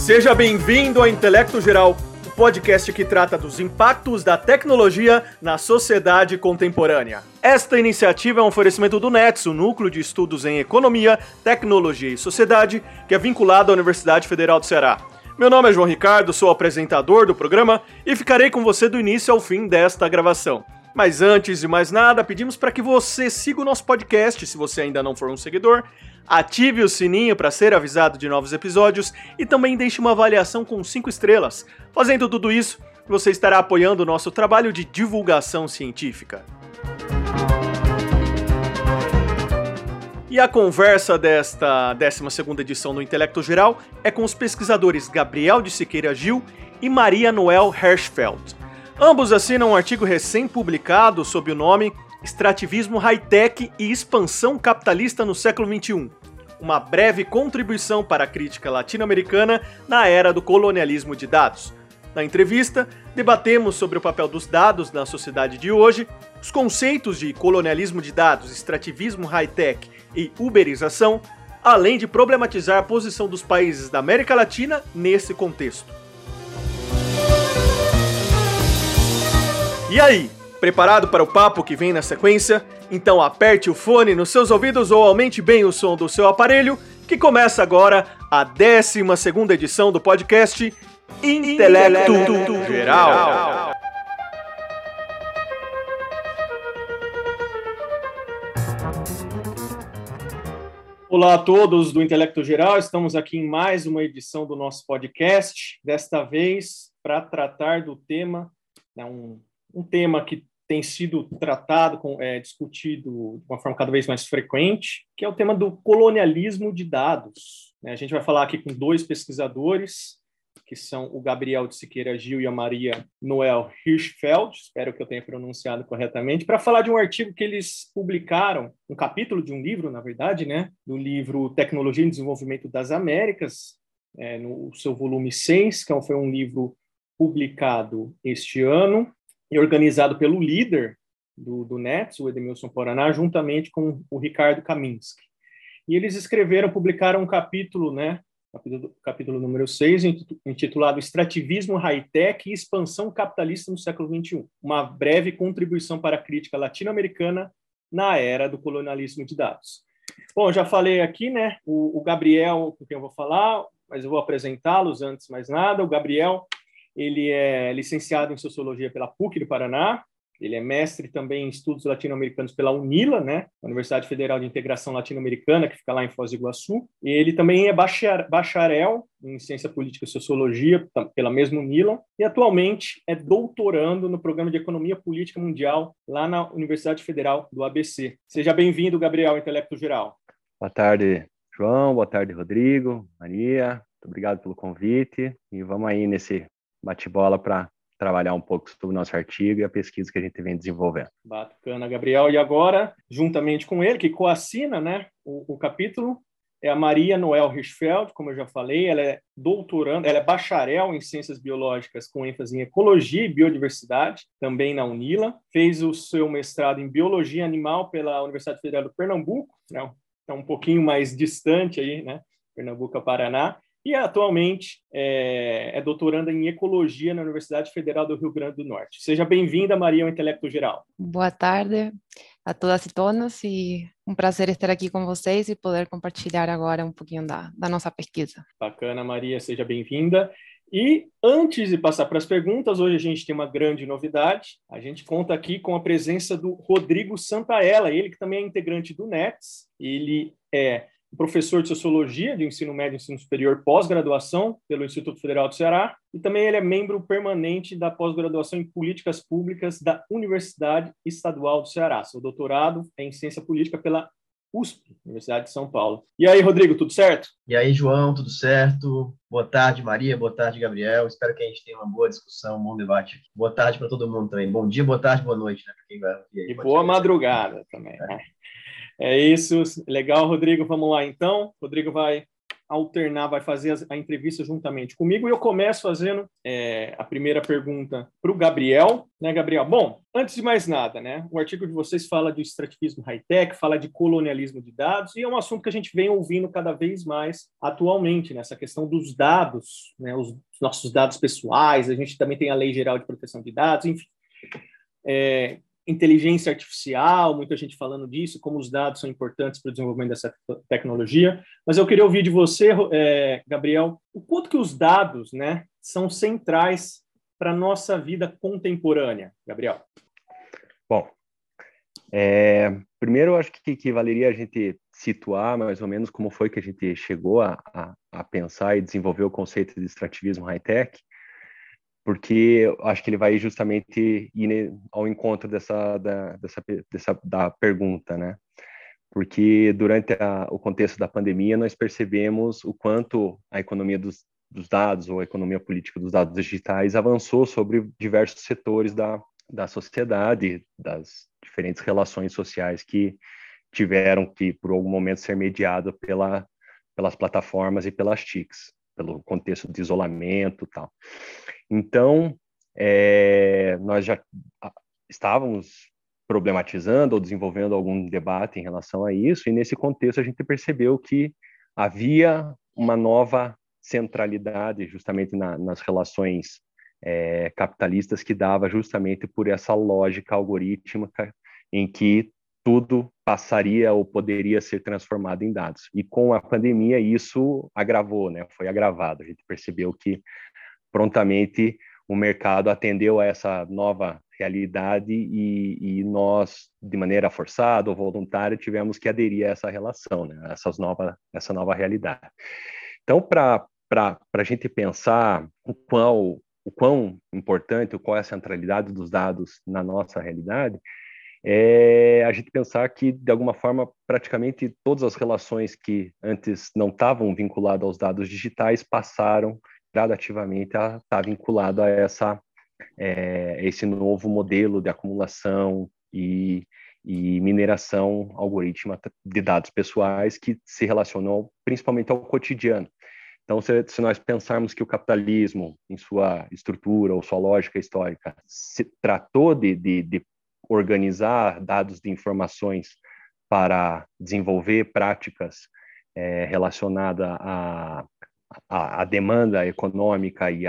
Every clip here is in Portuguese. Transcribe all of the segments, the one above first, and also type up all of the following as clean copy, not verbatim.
Seja bem-vindo ao Intelecto Geral, o podcast que trata dos impactos da tecnologia na sociedade contemporânea. Esta iniciativa é um oferecimento do NETS, o Núcleo de Estudos em Economia, Tecnologia e Sociedade, que é vinculado à Universidade Federal do Ceará. Meu nome é João Ricardo, sou apresentador do programa e ficarei com você do início ao fim desta gravação. Mas antes de mais nada, pedimos para que você siga o nosso podcast, se você ainda não for um seguidor, ative o sininho para ser avisado de novos episódios e também deixe uma avaliação com 5 estrelas. Fazendo tudo isso, você estará apoiando o nosso trabalho de divulgação científica. E a conversa desta 12ª edição do Intelecto Geral é com os pesquisadores Gabriel de Siqueira Gil e Maria Noel Hirschfeld. Ambos assinam um artigo recém-publicado sob o nome Extrativismo High-Tech e Expansão Capitalista no Século XXI. Uma breve contribuição para a crítica latino-americana na era do colonialismo de dados. Na entrevista, debatemos sobre o papel dos dados na sociedade de hoje, os conceitos de colonialismo de dados, extrativismo high-tech e uberização, além de problematizar a posição dos países da América Latina nesse contexto. E aí, preparado para o papo que vem na sequência? Então aperte o fone nos seus ouvidos ou aumente bem o som do seu aparelho, que começa agora a 12ª edição do podcast Intelecto Geral. Olá a todos do Intelecto Geral, estamos aqui em mais uma edição do nosso podcast, desta vez para tratar do tema, um tema que tem sido tratado, discutido de uma forma cada vez mais frequente, que é o tema do colonialismo de dados. A gente vai falar aqui com 2 pesquisadores, que são o Gabriel de Siqueira Gil e a Maria Noel Hirschfeld, espero que eu tenha pronunciado corretamente, para falar de um artigo que eles publicaram, um capítulo de um livro, na verdade, do livro Tecnologia e Desenvolvimento das Américas, no seu volume 6, que foi um livro publicado este ano, e organizado pelo líder do NETS, o Edmilson Poraná, juntamente com o Ricardo Kaminski. E eles publicaram um capítulo, capítulo número 6, intitulado Extrativismo High-Tech e Expansão Capitalista no Século XXI. Uma breve contribuição para a crítica latino-americana na era do colonialismo de dados. Bom, já falei aqui, o Gabriel, com quem eu vou falar, mas eu vou apresentá-los antes de mais nada. O Gabriel, ele é licenciado em Sociologia pela PUC do Paraná, ele é mestre também em Estudos Latino-Americanos pela UNILA, Universidade Federal de Integração Latino-Americana, que fica lá em Foz do Iguaçu, e ele também é bacharel em Ciência Política e Sociologia pela mesma UNILA, e atualmente é doutorando no Programa de Economia Política Mundial lá na Universidade Federal do ABC. Seja bem-vindo, Gabriel, ao Intelecto Geral. Boa tarde, João, boa tarde, Rodrigo, Maria, muito obrigado pelo convite, e vamos aí nesse bate-bola para trabalhar um pouco sobre o nosso artigo e a pesquisa que a gente vem desenvolvendo. Bacana, Gabriel. E agora, juntamente com ele, que coassina o capítulo, é a Maria Noel Hirschfeld, como eu já falei, ela é doutoranda, ela é bacharel em Ciências Biológicas com ênfase em Ecologia e Biodiversidade, também na UNILA, fez o seu mestrado em Biologia Animal pela Universidade Federal do Pernambuco, um pouquinho mais distante aí, Pernambuco a Paraná, e atualmente é doutoranda em Ecologia na Universidade Federal do Rio Grande do Norte. Seja bem-vinda, Maria, ao Intelecto Geral. Boa tarde a todas e todos, e um prazer estar aqui com vocês e poder compartilhar agora um pouquinho da nossa pesquisa. Bacana, Maria, seja bem-vinda. E antes de passar para as perguntas, hoje a gente tem uma grande novidade. A gente conta aqui com a presença do Rodrigo Santaella, ele que também é integrante do NETS, ele é professor de Sociologia de Ensino Médio e Ensino Superior pós-graduação pelo Instituto Federal do Ceará e também ele é membro permanente da pós-graduação em Políticas Públicas da Universidade Estadual do Ceará. Seu doutorado é em Ciência Política pela USP, Universidade de São Paulo. E aí, Rodrigo, tudo certo? E aí, João, tudo certo? Boa tarde, Maria. Boa tarde, Gabriel. Espero que a gente tenha uma boa discussão, um bom debate. Boa tarde para todo mundo também. Bom dia, boa tarde, boa noite, para quem vai ouvir aí. E boa madrugada também. É isso, legal, Rodrigo. Vamos lá, então. Rodrigo vai alternar, vai fazer a entrevista juntamente comigo, e eu começo fazendo a primeira pergunta para o Gabriel, né, Gabriel? Bom, antes de mais nada, né, o artigo de vocês fala de extrativismo high-tech, fala de colonialismo de dados, e é um assunto que a gente vem ouvindo cada vez mais atualmente, nessa questão dos dados, né, os nossos dados pessoais, a gente também tem a Lei Geral de Proteção de Dados, enfim. Inteligência artificial, muita gente falando disso, como os dados são importantes para o desenvolvimento dessa tecnologia. Mas eu queria ouvir de você, Gabriel, o quanto que os dados, né, são centrais para a nossa vida contemporânea, Gabriel? Bom, primeiro eu acho que valeria a gente situar mais ou menos como foi que a gente chegou a pensar e desenvolver o conceito de extrativismo high-tech, porque eu acho que ele vai justamente ir ao encontro da pergunta, né? Porque durante o contexto da pandemia nós percebemos o quanto a economia dos dados ou a economia política dos dados digitais avançou sobre diversos setores da sociedade, das diferentes relações sociais que tiveram que, por algum momento, ser mediado pelas plataformas e pelas TICs, pelo contexto de isolamento e tal. Então, nós já estávamos problematizando ou desenvolvendo algum debate em relação a isso, e nesse contexto a gente percebeu que havia uma nova centralidade justamente nas relações capitalistas, que dava justamente por essa lógica algorítmica em que tudo passaria ou poderia ser transformado em dados. E com a pandemia isso agravou, né? Foi agravado. A gente percebeu que prontamente o mercado atendeu a essa nova realidade e nós, de maneira forçada ou voluntária, tivemos que aderir a essa relação, né? Essa nova realidade. Então, para a gente pensar o quão importante, qual é a centralidade dos dados na nossa realidade, a gente pensar que, de alguma forma, praticamente todas as relações que antes não estavam vinculadas aos dados digitais passaram gradativamente a estar vinculado a esse novo modelo de acumulação e mineração algorítmica de dados pessoais, que se relacionam principalmente ao cotidiano. Então, se nós pensarmos que o capitalismo, em sua estrutura ou sua lógica histórica, se tratou de organizar dados de informações para desenvolver práticas relacionadas à demanda econômica e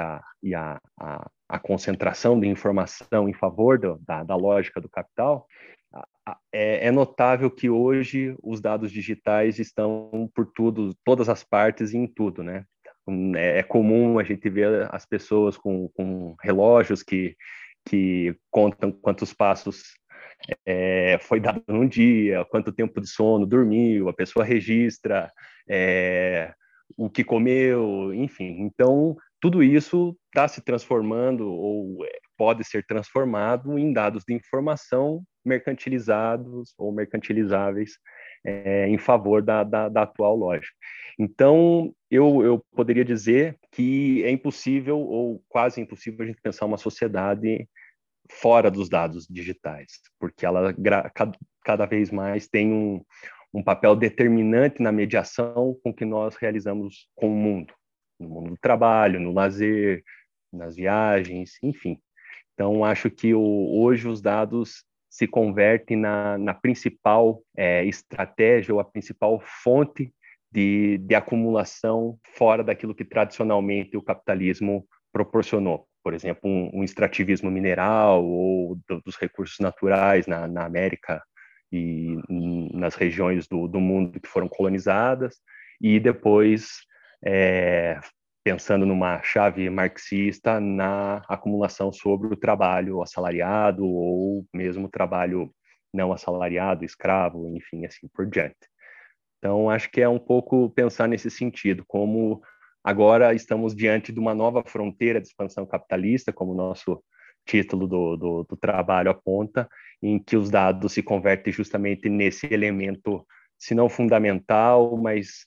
a concentração de informação em favor da lógica do capital, é notável que hoje os dados digitais estão por todas as partes e em tudo, né? É comum a gente ver as pessoas com relógios que contam quantos passos foi dado num dia, quanto tempo de sono dormiu, a pessoa registra o que comeu, enfim. Então, tudo isso está se transformando ou pode ser transformado em dados de informação mercantilizados ou mercantilizáveis em favor da atual lógica. Então, eu poderia dizer que é impossível ou quase impossível a gente pensar uma sociedade fora dos dados digitais, porque ela cada vez mais tem um papel determinante na mediação com que nós realizamos com o mundo, no mundo do trabalho, no lazer, nas viagens, enfim. Então, acho que hoje os dados se convertem na principal estratégia ou a principal fonte de acumulação fora daquilo que tradicionalmente o capitalismo proporcionou. Por exemplo, um extrativismo mineral ou dos recursos naturais na América e nas regiões do mundo que foram colonizadas, e depois, pensando numa chave marxista, na acumulação sobre o trabalho assalariado ou mesmo trabalho não assalariado, escravo, enfim, assim por diante. Então, acho que é um pouco pensar nesse sentido, como agora estamos diante de uma nova fronteira de expansão capitalista, como o nosso título do trabalho aponta, em que os dados se convertem justamente nesse elemento, se não fundamental, mas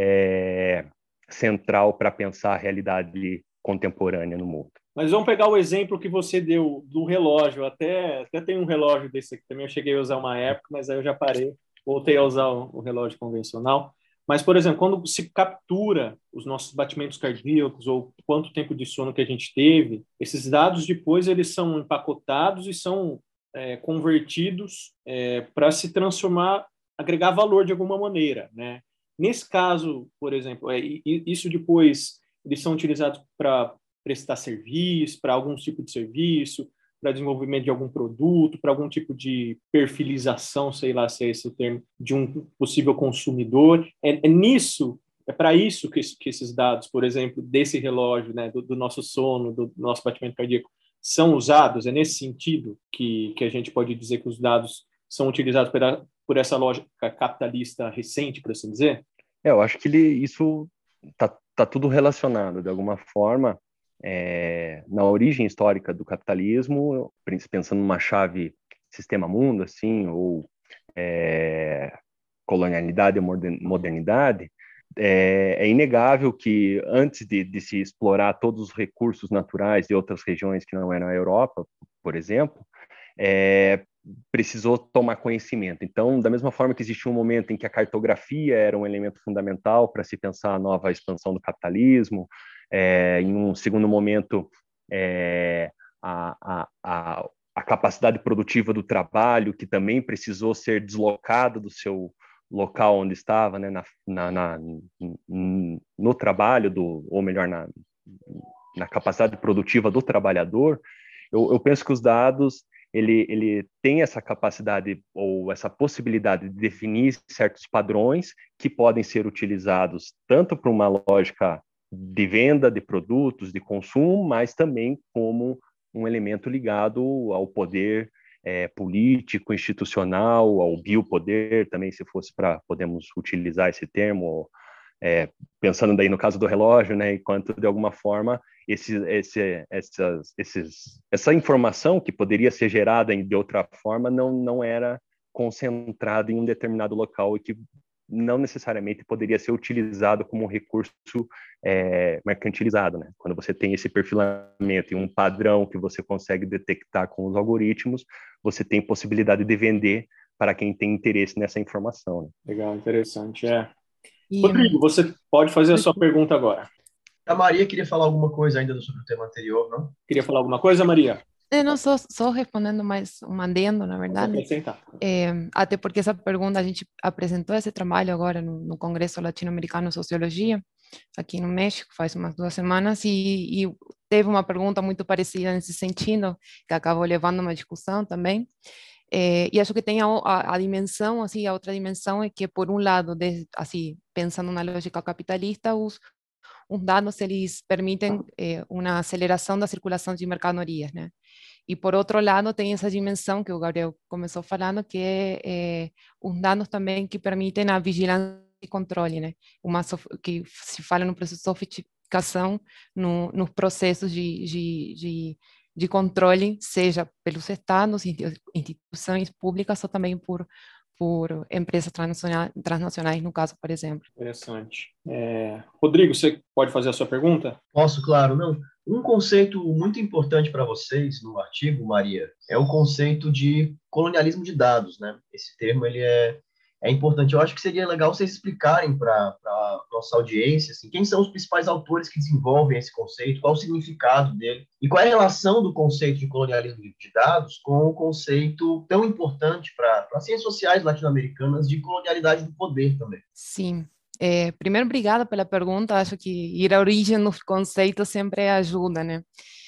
central para pensar a realidade contemporânea no mundo. Mas vamos pegar o exemplo que você deu do relógio. Até tem um relógio desse aqui também, eu cheguei a usar uma época, mas aí eu já parei, voltei a usar o relógio convencional. Mas, por exemplo, quando se captura os nossos batimentos cardíacos ou quanto tempo de sono que a gente teve, esses dados depois eles são empacotados e são convertidos para se transformar, agregar valor de alguma maneira, né? Nesse caso, por exemplo, isso depois eles são utilizados para prestar serviço, para algum tipo de serviço, para desenvolvimento de algum produto, para algum tipo de perfilização, sei lá se é esse o termo, de um possível consumidor. É para isso que esses dados, por exemplo, desse relógio, né, do nosso sono, do nosso batimento cardíaco, são usados. É nesse sentido que a gente pode dizer que os dados são utilizados por essa lógica capitalista recente, por assim dizer? Eu acho que isso tá tudo relacionado de alguma forma. Na origem histórica do capitalismo, pensando numa chave sistema mundo, assim, ou colonialidade e modernidade, é inegável que antes de se explorar todos os recursos naturais de outras regiões que não eram a Europa, por exemplo, precisou tomar conhecimento. Então, da mesma forma que existia um momento em que a cartografia era um elemento fundamental para se pensar a nova expansão do capitalismo, em um segundo momento, a capacidade produtiva do trabalho, que também precisou ser deslocada do seu local onde estava, né, no trabalho, ou melhor, na capacidade produtiva do trabalhador. Eu penso que os dados ele tem essa capacidade ou essa possibilidade de definir certos padrões que podem ser utilizados tanto para uma lógica de venda de produtos, de consumo, mas também como um elemento ligado ao poder político, institucional, ao biopoder, também, se fosse podemos utilizar esse termo, pensando daí no caso do relógio, né, enquanto de alguma forma essa informação que poderia ser gerada de outra forma não era concentrada em um determinado local e que não necessariamente poderia ser utilizado como recurso mercantilizado, né? Quando você tem esse perfilamento e um padrão que você consegue detectar com os algoritmos, você tem possibilidade de vender para quem tem interesse nessa informação, né? Legal, interessante. Rodrigo, você pode fazer a sua pergunta agora. A Maria queria falar alguma coisa ainda sobre o tema anterior, não? Queria falar alguma coisa, Maria? Não, só respondendo mais um adendo, na verdade. Até porque essa pergunta a gente apresentou esse trabalho agora no Congresso Latino-Americano de Sociologia, aqui no México, faz umas 2 semanas, e teve uma pergunta muito parecida nesse sentido, que acabou levando uma discussão também. E acho que tem a dimensão, assim, a outra dimensão é que, por um lado, assim, pensando na lógica capitalista, os dados eles permitem uma aceleração da circulação de mercadorias, né? E por outro lado tem essa dimensão que o Gabriel começou falando, que é os dados também que permitem a vigilância e controle, né? Que se fala no processo de sofisticação nos processos de controle, seja pelos estados, instituições públicas ou também por empresas transnacionais, no caso, por exemplo. Interessante. Rodrigo, você pode fazer a sua pergunta? Posso, claro. Não. Um conceito muito importante para vocês no artigo, Maria, é o conceito de colonialismo de dados, né? Esse termo ele é importante. Eu acho que seria legal vocês explicarem para a nossa audiência assim, quem são os principais autores que desenvolvem esse conceito, qual o significado dele e qual é a relação do conceito de colonialismo de dados com o conceito tão importante para as ciências sociais latino-americanas de colonialidade do poder também. Sim. Primeiro, obrigada pela pergunta. Acho que ir à origem dos conceitos sempre ajuda, né?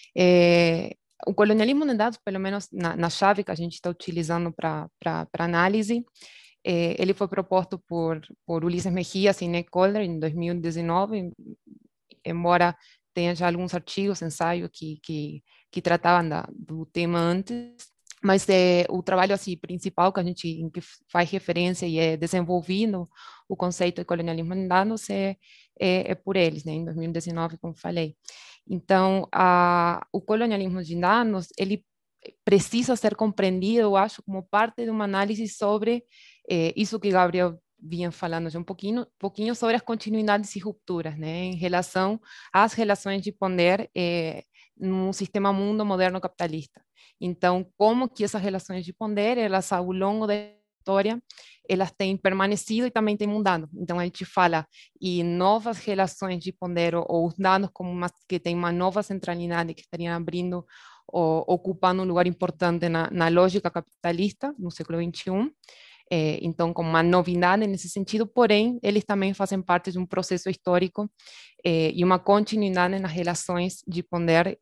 O colonialismo de dados, pelo menos na chave que a gente está utilizando para análise, ele foi proposto por Ulisses Mejias e Nick Calder em 2019, embora tenha já alguns artigos, ensaios que tratavam do tema antes. Mas o trabalho assim, principal em que faz referência e é desenvolvido o conceito de colonialismo de dados é por eles, né, em 2019, como falei. Então, o colonialismo de dados, ele precisa ser compreendido, eu acho, como parte de uma análise sobre isso que Gabriel vinha falando já um pouquinho sobre as continuidades e rupturas, né, em relação às relações de poder num sistema mundo moderno capitalista. Então, como que essas relações de poder, elas ao longo da história, elas têm permanecido e também têm mudado. Então, a gente fala em novas relações de poder, ou os dados como que têm uma nova centralidade, que estariam abrindo ou ocupando um lugar importante na lógica capitalista no século XXI. Então, como uma novidade nesse sentido, porém, eles também fazem parte de um processo histórico e uma continuidade nas relações de poder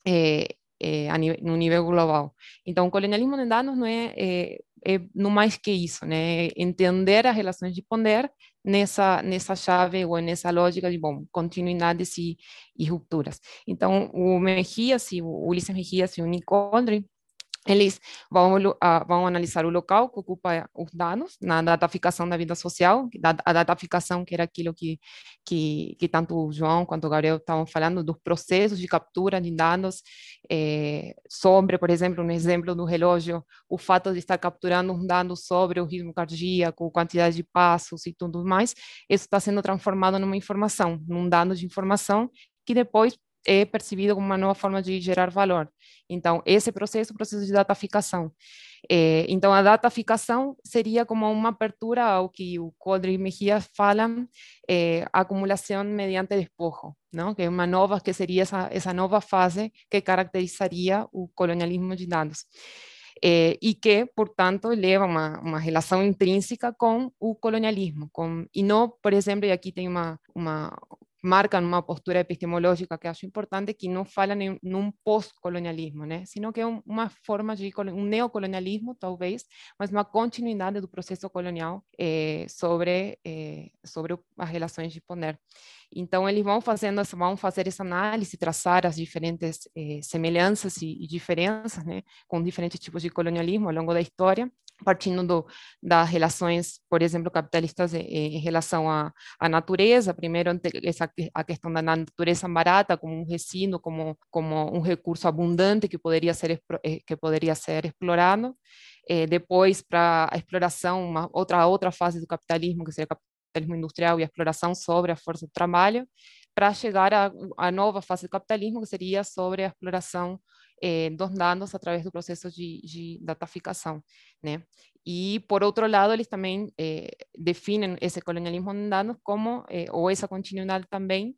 no nível global. Então, o colonialismo de dados não é não mais que isso, né? Entender as relações de poder nessa chave ou nessa lógica de, bom, continuidades e rupturas. Então, o Mejias, o Ulisses Mejias e o Nick Aldrich, eles vão analisar o local que ocupa os dados na dataficação da vida social, a dataficação que era aquilo que tanto o João quanto o Gabriel estavam falando, dos processos de captura de dados sobre, por exemplo, no exemplo do relógio, o fato de estar capturando os dados sobre o ritmo cardíaco, quantidade de passos e tudo mais, isso está sendo transformado numa informação, num dado de informação que depois é percebido como uma nova forma de gerar valor. Então, esse processo é o processo de dataficação. Então, a dataficação seria como uma abertura ao que o Aldrich e Mejía falam, acumulação mediante despojo, não? Que é uma nova, que seria essa nova fase que caracterizaria o colonialismo de dados. E que, portanto, leva uma relação intrínseca com o colonialismo. E não, por exemplo, e aqui tem marca numa postura epistemológica que acho importante, que não fala num pós-colonialismo, né? Sino que é uma forma de um neocolonialismo, talvez, mas uma continuidade do processo colonial sobre as relações de poder. Então, eles vão fazer essa análise, traçar as diferentes semelhanças e diferenças, né, com diferentes tipos de colonialismo ao longo da história, partindo das relações, por exemplo, capitalistas em relação à natureza, primeiro a questão da natureza barata como um resíduo, como um recurso abundante que poderia ser explorado, depois para a exploração, outra fase do capitalismo, que seria o capitalismo industrial e a exploração sobre a força de trabalho, para chegar à nova fase do capitalismo, que seria sobre a exploração dos dados através do processo de dataficação, né? E, por outro lado, eles também definem esse colonialismo de dados como, ou essa continuidade também,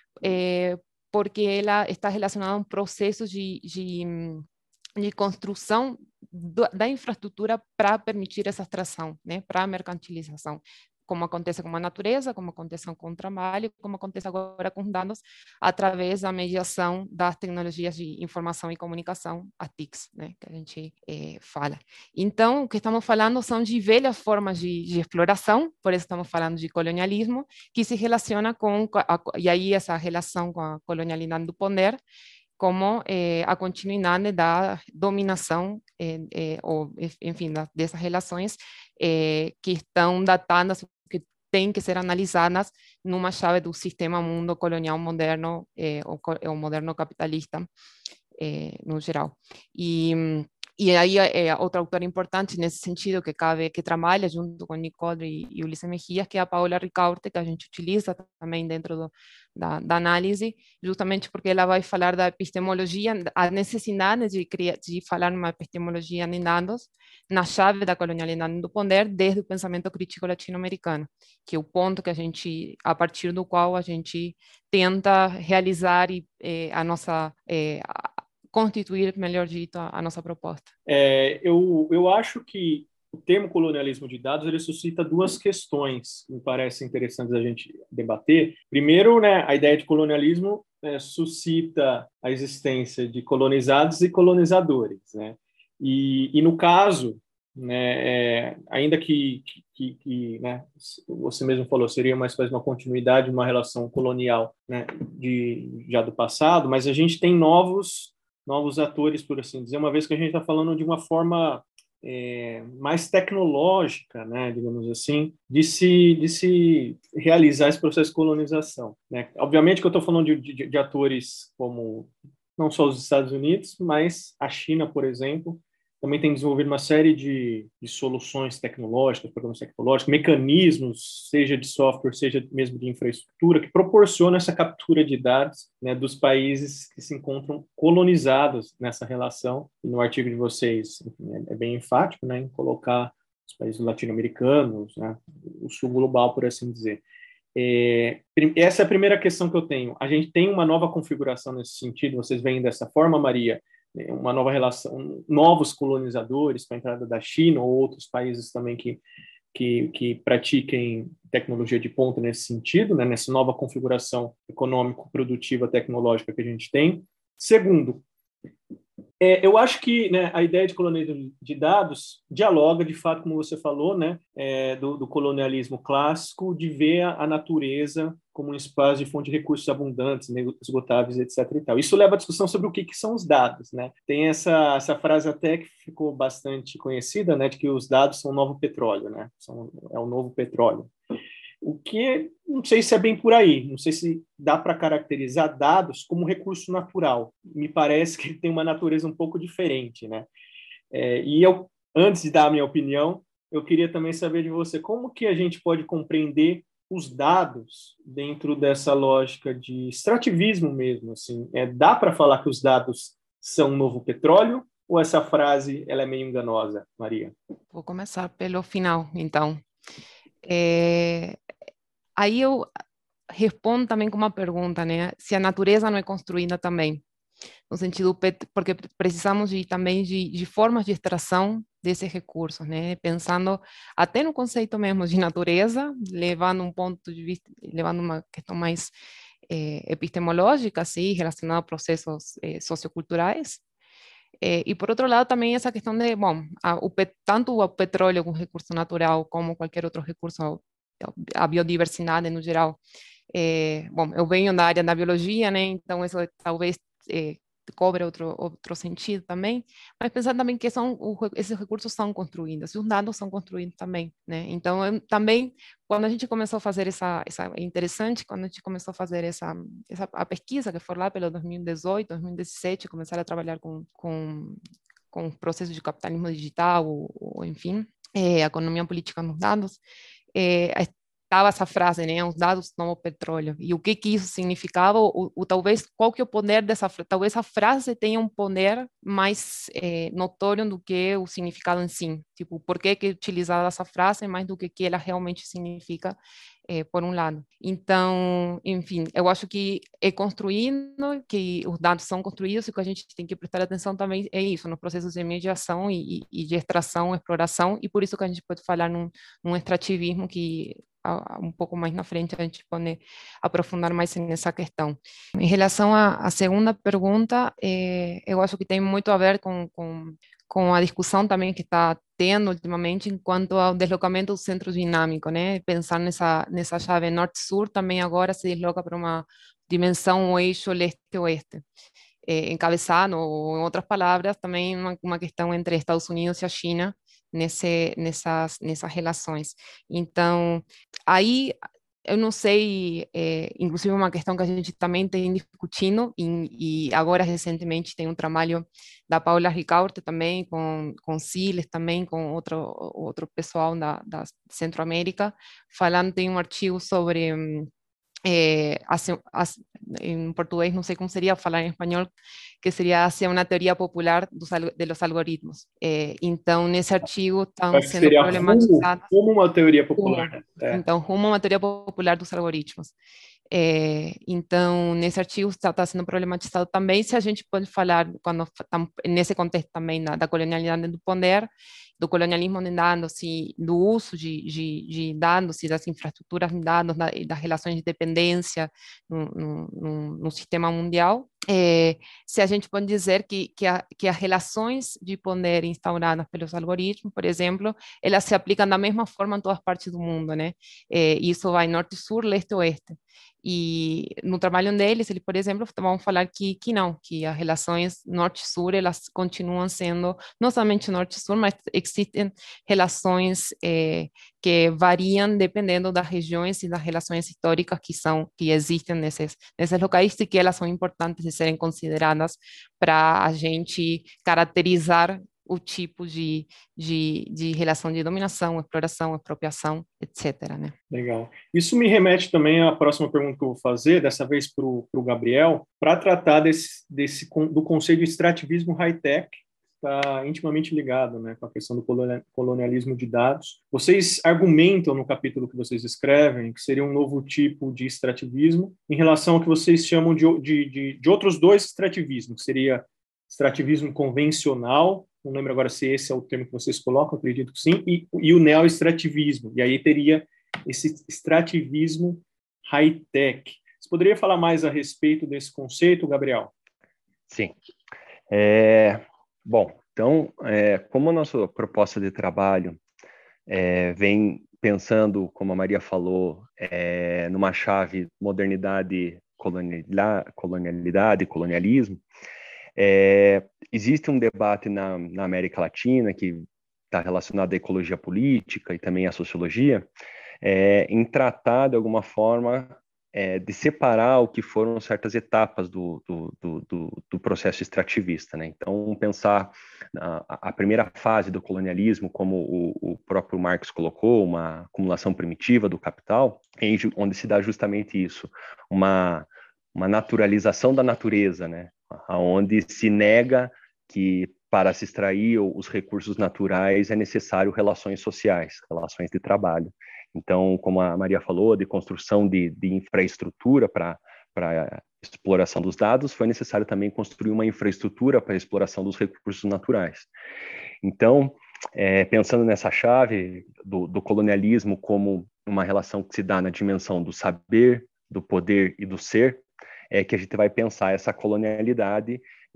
porque ela está relacionada a um processo de construção da infraestrutura para permitir essa extração, né, para a mercantilização, como acontece com a natureza, como acontece com o trabalho, como acontece agora com dados, através da mediação das tecnologias de informação e comunicação, as TICs, né, que a gente fala. Então, o que estamos falando são de velhas formas de exploração, por isso estamos falando de colonialismo, que se relaciona e aí essa relação com a colonialidade do poder, como a continuidade da dominação, ou, enfim, dessas relações que estão datadas, que têm que ser analisadas numa chave do sistema mundo colonial moderno, ou moderno capitalista, no geral. E aí outra autora importante nesse sentido que trabalha junto com Nicole e Ulisses Mejias, que é a Paola Ricaurte, que a gente utiliza também dentro da análise, justamente porque ela vai falar da epistemologia, a necessidade de falar uma epistemologia de dados na chave da colonialidade do poder desde o pensamento crítico latino-americano, que é o ponto que a partir do qual a gente tenta realizar a nossa constituir, melhor dito, a nossa proposta. Eu acho que o termo colonialismo de dados ele suscita duas questões que me parecem interessantes a gente debater. Primeiro, né, a ideia de colonialismo suscita a existência de colonizados e colonizadores, né? E no caso, né, ainda que né, você mesmo falou, seria uma espécie de uma continuidade, uma relação colonial, né, já do passado, mas a gente tem novos atores, por assim dizer, uma vez que a gente está falando de uma forma mais tecnológica, né, digamos assim, de se realizar esse processo de colonização, né? Obviamente que eu estou falando de atores como não só os Estados Unidos, mas a China, por exemplo, também tem desenvolvido uma série de soluções tecnológicas, programas tecnológicos, mecanismos, seja de software, seja mesmo de infraestrutura, que proporcionam essa captura de dados, né, dos países que se encontram colonizados nessa relação. E no artigo de vocês, enfim, é bem enfático, né, em colocar os países latino-americanos, né, o sul global, por assim dizer. Essa é a primeira questão que eu tenho. A gente tem uma nova configuração nesse sentido, vocês veem dessa forma, Maria, uma nova relação, novos colonizadores com a entrada da China ou outros países também que pratiquem tecnologia de ponta nesse sentido, né, nessa nova configuração econômico-produtiva tecnológica que a gente tem. Segundo, eu acho que, né, a ideia de colonialismo de dados dialoga, de fato, como você falou, né, do colonialismo clássico, de ver a natureza como um espaço de fonte de recursos abundantes, esgotáveis, etc. E tal. Isso leva à discussão sobre o que são os dados. Né? Tem essa frase até que ficou bastante conhecida, né, de que os dados são o novo petróleo, né? É o novo petróleo. O que, não sei se é bem por aí, não sei se dá para caracterizar dados como recurso natural. Me parece que ele tem uma natureza um pouco diferente, né? E eu, antes de dar a minha opinião, eu queria também saber de você como que a gente pode compreender os dados dentro dessa lógica de extrativismo mesmo. Assim. Dá para falar que os dados são um novo petróleo ou essa frase ela é meio enganosa, Maria? Vou começar pelo final, então. Aí eu respondo também com uma pergunta, né? Se a natureza não é construída também, no sentido, porque precisamos também de formas de extração desses recursos, né? Pensando até no conceito mesmo de natureza, levando um ponto de vista, levando uma questão mais epistemológica, assim, relacionada a processos socioculturais. E por outro lado também essa questão de, bom, tanto o petróleo como recurso natural como qualquer outro recurso, a biodiversidade no geral. Bom, eu venho da área da biologia, né? Então isso talvez cobre outro sentido também, mas pensar também que esses recursos são construídos, e os dados são construídos também, né? Então, também, quando a gente começou a fazer é interessante, quando a gente começou a fazer a pesquisa, que foi lá pelo 2018, 2017, começar a trabalhar com processos de capitalismo digital, ou enfim, a economia política nos dados, estava essa frase, né, os dados como petróleo, e o que isso significava, ou talvez qual que é o poder dessa frase, talvez a frase tenha um poder mais notório do que o significado em si, tipo, por que é utilizada essa frase mais do que ela realmente significa, por um lado. Então, enfim, eu acho que é construindo, que os dados são construídos, e o que a gente tem que prestar atenção também é isso, nos processos de mediação e de extração, exploração, e por isso que a gente pode falar num extrativismo que um pouco mais na frente a gente pode aprofundar mais nessa questão. Em relação à segunda pergunta, eu acho que tem muito a ver com a discussão também que está tendo ultimamente enquanto ao deslocamento do centro dinâmico, né? Pensar nessa chave norte-sul também agora se desloca para uma dimensão, o eixo leste-oeste. Encabeçado, ou em outras palavras, também uma questão entre Estados Unidos e a China nessas relações. Então, aí eu não sei, inclusive uma questão que a gente também tem discutindo, e agora recentemente tem um trabalho da Paula Ricaurte também, com Siles também, com outro pessoal da Centro-América, falando, tem um artigo sobre... em português não sei como seria falar em espanhol, que seria hacia uma teoria popular de los algoritmos. Então, nesse artigo estão sendo problematizados... Como uma teoria popular. Então, rumo a uma teoria popular dos algoritmos. Então, nesse artigo está sendo problematizado também se a gente pode falar, quando nesse contexto também da colonialidade do poder, do colonialismo de dados e do uso de dados e das infraestruturas de dados e das relações de dependência no sistema mundial, se a gente pode dizer que as relações de poder instauradas pelos algoritmos, por exemplo, elas se aplicam da mesma forma em todas as partes do mundo, né? Isso vai norte-sul, leste-oeste. E no trabalho deles, eles, por exemplo, vão falar que não, que as relações norte-sul, elas continuam sendo, não somente norte-sul, mas existem relações que variam dependendo das regiões e das relações históricas que existem nesses locais, e que elas são importantes de serem consideradas para a gente caracterizar o tipo de relação de dominação, exploração, expropriação, etc. Né? Legal. Isso me remete também à próxima pergunta que eu vou fazer, dessa vez para o Gabriel, para tratar do conceito de extrativismo high-tech, está intimamente ligado, né, com a questão do colonialismo de dados. Vocês argumentam no capítulo que vocês escrevem que seria um novo tipo de extrativismo em relação ao que vocês chamam de outros dois extrativismos, que seria extrativismo convencional, não lembro agora se esse é o termo que vocês colocam, acredito que sim, e o neo-extrativismo. E aí teria esse extrativismo high-tech. Você poderia falar mais a respeito desse conceito, Gabriel? Sim. Bom, então, como a nossa proposta de trabalho vem pensando, como a Maria falou, numa chave modernidade, colonialidade, colonialismo, existe um debate na América Latina que está relacionado à ecologia política e também à sociologia, em tratar, de alguma forma, de separar o que foram certas etapas do processo extrativista, né? Então, pensar a primeira fase do colonialismo, como o próprio Marx colocou, uma acumulação primitiva do capital, onde se dá justamente isso, uma naturalização da natureza, né? Onde se nega que para se extrair os recursos naturais é necessário relações sociais, relações de trabalho. Então, como a Maria falou, de construção de infraestrutura para exploração dos dados, foi necessário também construir uma infraestrutura para a exploração dos recursos naturais. Então, pensando nessa chave do colonialismo como uma relação que se dá na dimensão do saber, do poder e do ser, que a gente vai pensar essa colonialidade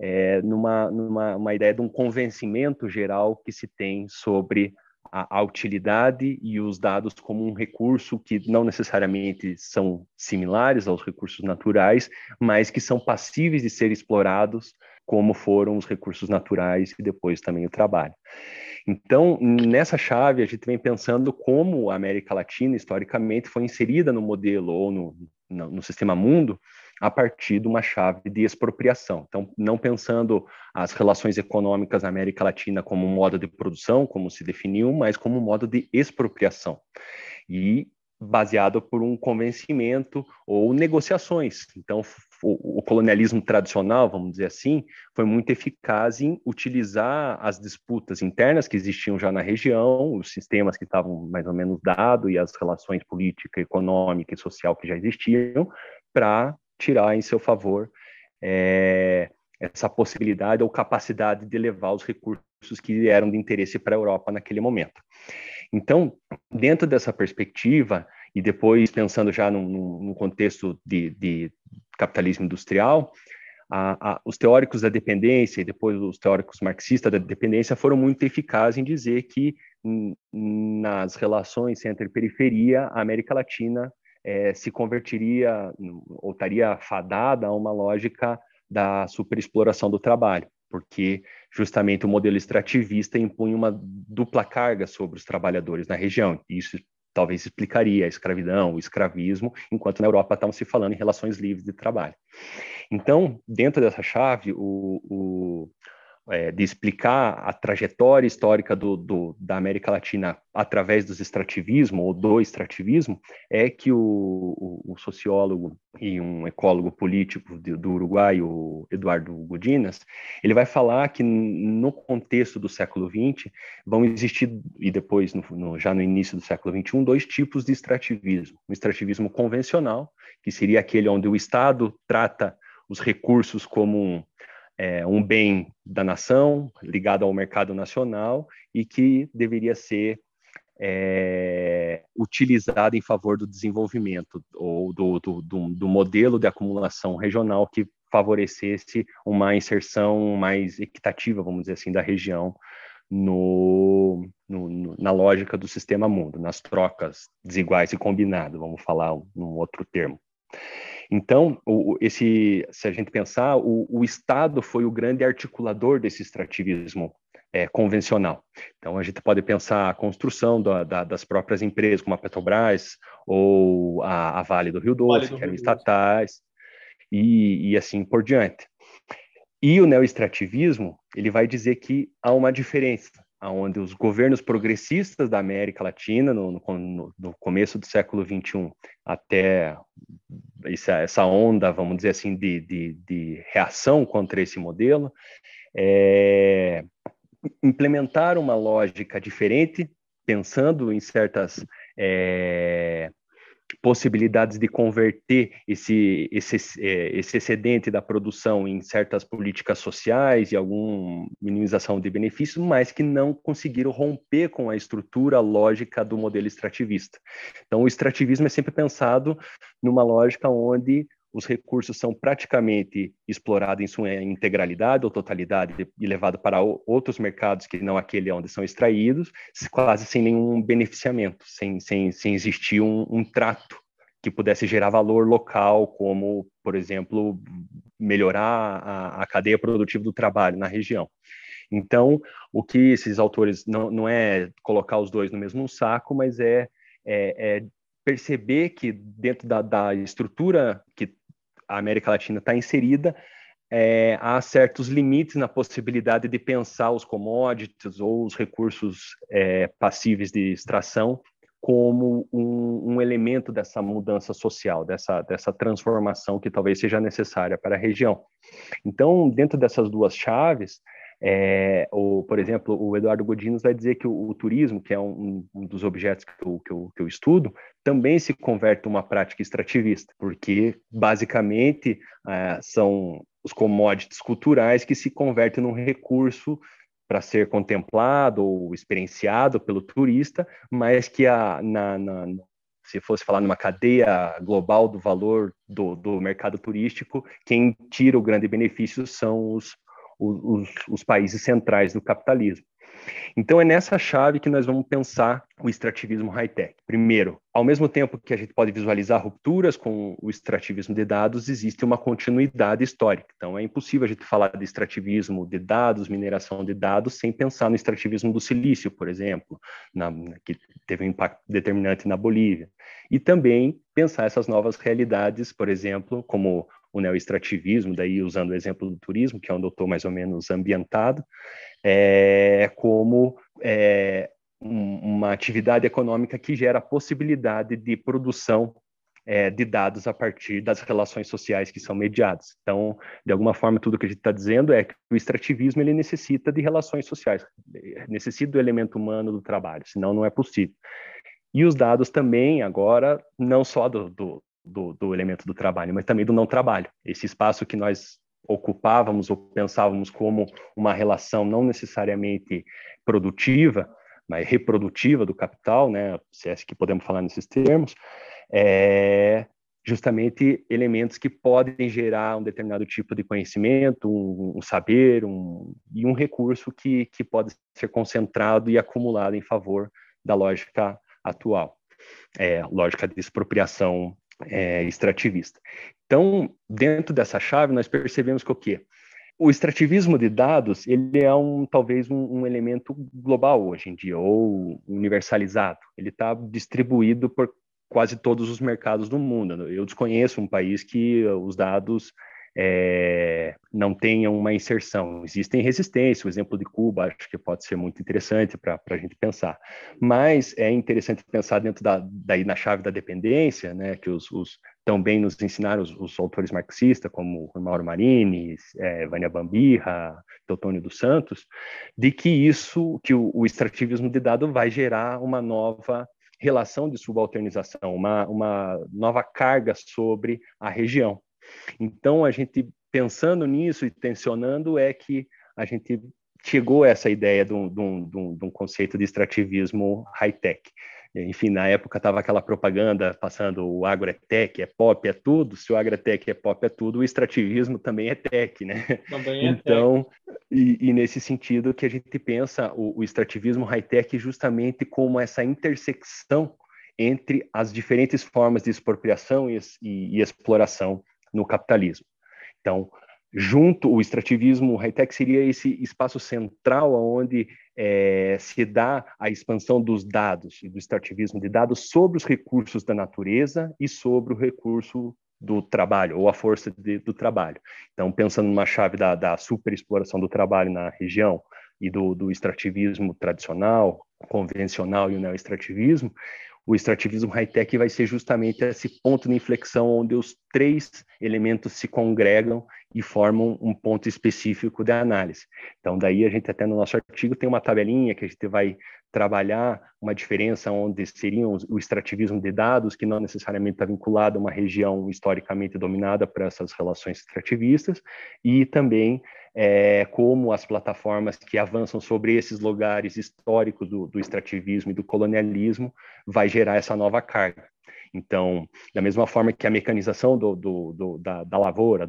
numa ideia de um convencimento geral que se tem sobre a utilidade e os dados como um recurso que não necessariamente são similares aos recursos naturais, mas que são passíveis de ser explorados como foram os recursos naturais e depois também o trabalho. Então, nessa chave, a gente vem pensando como a América Latina, historicamente, foi inserida no modelo ou no sistema mundo a partir de uma chave de expropriação. Então, não pensando as relações econômicas na América Latina como um modo de produção, como se definiu, mas como um modo de expropriação. E baseado por um convencimento ou negociações. Então, o colonialismo tradicional, vamos dizer assim, foi muito eficaz em utilizar as disputas internas que existiam já na região, os sistemas que estavam mais ou menos dados e as relações política, econômica e social que já existiam, para tirar em seu favor essa possibilidade ou capacidade de levar os recursos que eram de interesse para a Europa naquele momento. Então, dentro dessa perspectiva, e depois pensando já num contexto de capitalismo industrial, os teóricos da dependência e depois os teóricos marxistas da dependência foram muito eficazes em dizer que nas relações centro e periferia, a América Latina se converteria ou estaria fadada a uma lógica da superexploração do trabalho, porque justamente o modelo extrativista impunha uma dupla carga sobre os trabalhadores na região. Isso talvez explicaria a escravidão, o escravismo, enquanto na Europa estavam se falando em relações livres de trabalho. Então, dentro dessa chave, de explicar a trajetória histórica da América Latina através dos extrativismo ou do extrativismo, é que o sociólogo e um ecólogo político do Uruguai, o Eduardo Godinas, ele vai falar que no contexto do século XX vão existir, e depois já no início do século XXI, dois tipos de extrativismo. O extrativismo convencional, que seria aquele onde o Estado trata os recursos como um bem da nação, ligado ao mercado nacional, e que deveria ser utilizado em favor do desenvolvimento ou do modelo de acumulação regional que favorecesse uma inserção mais equitativa, vamos dizer assim, da região na lógica do sistema mundo, nas trocas desiguais e combinadas, vamos falar num outro termo. Então, se a gente pensar, o Estado foi o grande articulador desse extrativismo convencional. Então, a gente pode pensar a construção das próprias empresas, como a Petrobras ou a Vale do Rio Doce, que eram estatais, e assim por diante. E o neoextrativismo, ele vai dizer que há uma diferença, onde os governos progressistas da América Latina, no começo do século XXI, até essa onda, vamos dizer assim, de reação contra esse modelo, implementar uma lógica diferente, pensando em certas possibilidades de converter esse excedente da produção em certas políticas sociais e alguma minimização de benefícios, mas que não conseguiram romper com a estrutura lógica do modelo extrativista. Então, o extrativismo é sempre pensado numa lógica onde os recursos são praticamente explorados em sua integralidade ou totalidade e levados para outros mercados que não aquele onde são extraídos, quase sem nenhum beneficiamento, sem existir um trato que pudesse gerar valor local, como, por exemplo, melhorar a cadeia produtiva do trabalho na região. Então, o que esses autores, não é colocar os dois no mesmo saco, mas é perceber que dentro da estrutura que a América Latina está inserida, há certos limites na possibilidade de pensar os commodities ou os recursos passíveis de extração como um elemento dessa mudança social, dessa transformação que talvez seja necessária para a região. Então, dentro dessas duas chaves, por exemplo, o Eduardo Godinez vai dizer que o turismo, que é um dos objetos que eu estudo, também se converte em uma prática extrativista, porque, basicamente, são os commodities culturais que se convertem num recurso para ser contemplado ou experienciado pelo turista, mas que se fosse falar numa cadeia global do valor do mercado turístico, quem tira o grande benefício são os países centrais do capitalismo. Então, é nessa chave que nós vamos pensar o extrativismo high-tech. Primeiro, ao mesmo tempo que a gente pode visualizar rupturas com o extrativismo de dados, existe uma continuidade histórica. Então, é impossível a gente falar de extrativismo de dados, mineração de dados, sem pensar no extrativismo do silício, por exemplo, que teve um impacto determinante na Bolívia. E também pensar essas novas realidades, por exemplo, como o neoextrativismo, daí usando o exemplo do turismo, que é onde eu estou mais ou menos ambientado, como uma atividade econômica que gera a possibilidade de produção de dados a partir das relações sociais que são mediadas. Então, de alguma forma, tudo que a gente está dizendo é que o extrativismo ele necessita de relações sociais, necessita do elemento humano do trabalho, senão não é possível. E os dados também, agora, não só do elemento do trabalho, mas também do não trabalho. Esse espaço que nós ocupávamos ou pensávamos como uma relação não necessariamente produtiva, mas reprodutiva do capital, né, se é que podemos falar nesses termos, justamente elementos que podem gerar um determinado tipo de conhecimento, um saber, e um recurso que pode ser concentrado e acumulado em favor da lógica atual, lógica de expropriação extrativista. Então, dentro dessa chave, nós percebemos que o quê? O extrativismo de dados, ele é talvez um elemento global hoje em dia, ou universalizado. Ele está distribuído por quase todos os mercados do mundo. Eu desconheço um país que os dados não tenham uma inserção. Existem resistências, o exemplo de Cuba acho que pode ser muito interessante para a gente pensar. Mas é interessante pensar dentro daí na chave da dependência, né, que também nos ensinaram os autores marxistas, como Mauro Marini, Vânia Bambirra, Teotônio dos Santos, de que o extrativismo de dado vai gerar uma nova relação de subalternização, uma nova carga sobre a região. Então, a gente pensando nisso e tensionando é que a gente chegou a essa ideia de um conceito de extrativismo high-tech. Enfim, na época estava aquela propaganda passando o agro é tech, é pop, é tudo. Se o agro é tech, é pop, é tudo, o extrativismo também é tech, né? Também é então, tech. E nesse sentido que a gente pensa o extrativismo high-tech justamente como essa intersecção entre as diferentes formas de expropriação e exploração no capitalismo. Então, o extrativismo high-tech seria esse espaço central onde se dá a expansão dos dados e do extrativismo de dados sobre os recursos da natureza e sobre o recurso do trabalho, ou a força do trabalho. Então, pensando numa chave da superexploração do trabalho na região e do extrativismo tradicional, convencional e o neoextrativismo, o extrativismo high-tech vai ser justamente esse ponto de inflexão onde os três elementos se congregam e formam um ponto específico de análise. Então, daí a gente até no nosso artigo tem uma tabelinha que a gente vai trabalhar uma diferença onde seriam o extrativismo de dados, que não necessariamente está vinculado a uma região historicamente dominada por essas relações extrativistas, e também como as plataformas que avançam sobre esses lugares históricos do extrativismo e do colonialismo vai gerar essa nova carga. Então, da mesma forma que a mecanização da lavoura,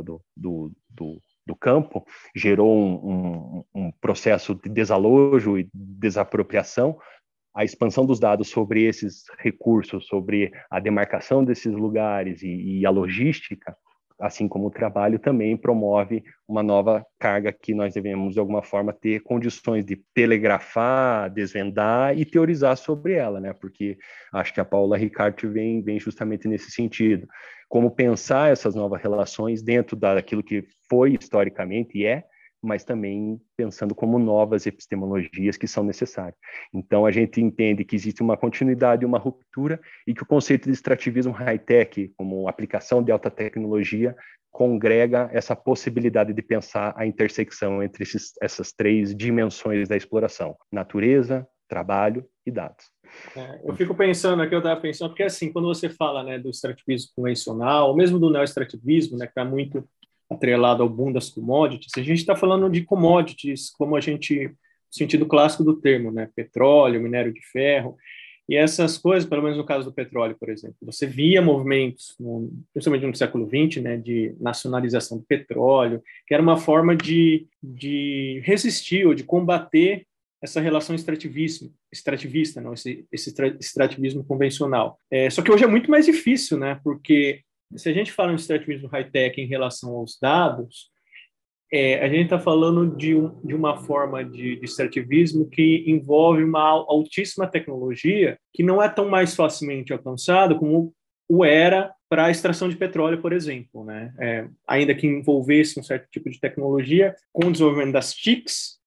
do campo, gerou um processo de desalojo e desapropriação, a expansão dos dados sobre esses recursos, sobre a demarcação desses lugares e a logística, assim como o trabalho, também promove uma nova carga que nós devemos, de alguma forma, ter condições de telegrafar, desvendar e teorizar sobre ela, né? Porque acho que a Paula Ricart vem justamente nesse sentido. Como pensar essas novas relações dentro daquilo que foi historicamente e mas também pensando como novas epistemologias que são necessárias. Então, a gente entende que existe uma continuidade, uma ruptura, e que o conceito de extrativismo high-tech, como aplicação de alta tecnologia, congrega essa possibilidade de pensar a intersecção entre essas três dimensões da exploração: natureza, trabalho e dados. Eu fico pensando aqui, eu estava pensando, porque assim, quando você fala, né, do extrativismo convencional, ou mesmo do neo-extrativismo, né, que está muito atrelado ao boom das commodities, a gente está falando de commodities, como a gente, no sentido clássico do termo, né? Petróleo, minério de ferro, e essas coisas, pelo menos no caso do petróleo, por exemplo, você via movimentos, principalmente no século XX, né, de nacionalização do petróleo, que era uma forma de resistir ou de combater essa relação extrativista, não, esse extrativismo convencional. Só que hoje é muito mais difícil, né? Porque se a gente fala em extrativismo high-tech em relação aos dados, a gente está falando de uma forma de extrativismo que envolve uma altíssima tecnologia que não é tão mais facilmente alcançada como o era para a extração de petróleo, por exemplo, né? Ainda que envolvesse um certo tipo de tecnologia, com o desenvolvimento das TICs,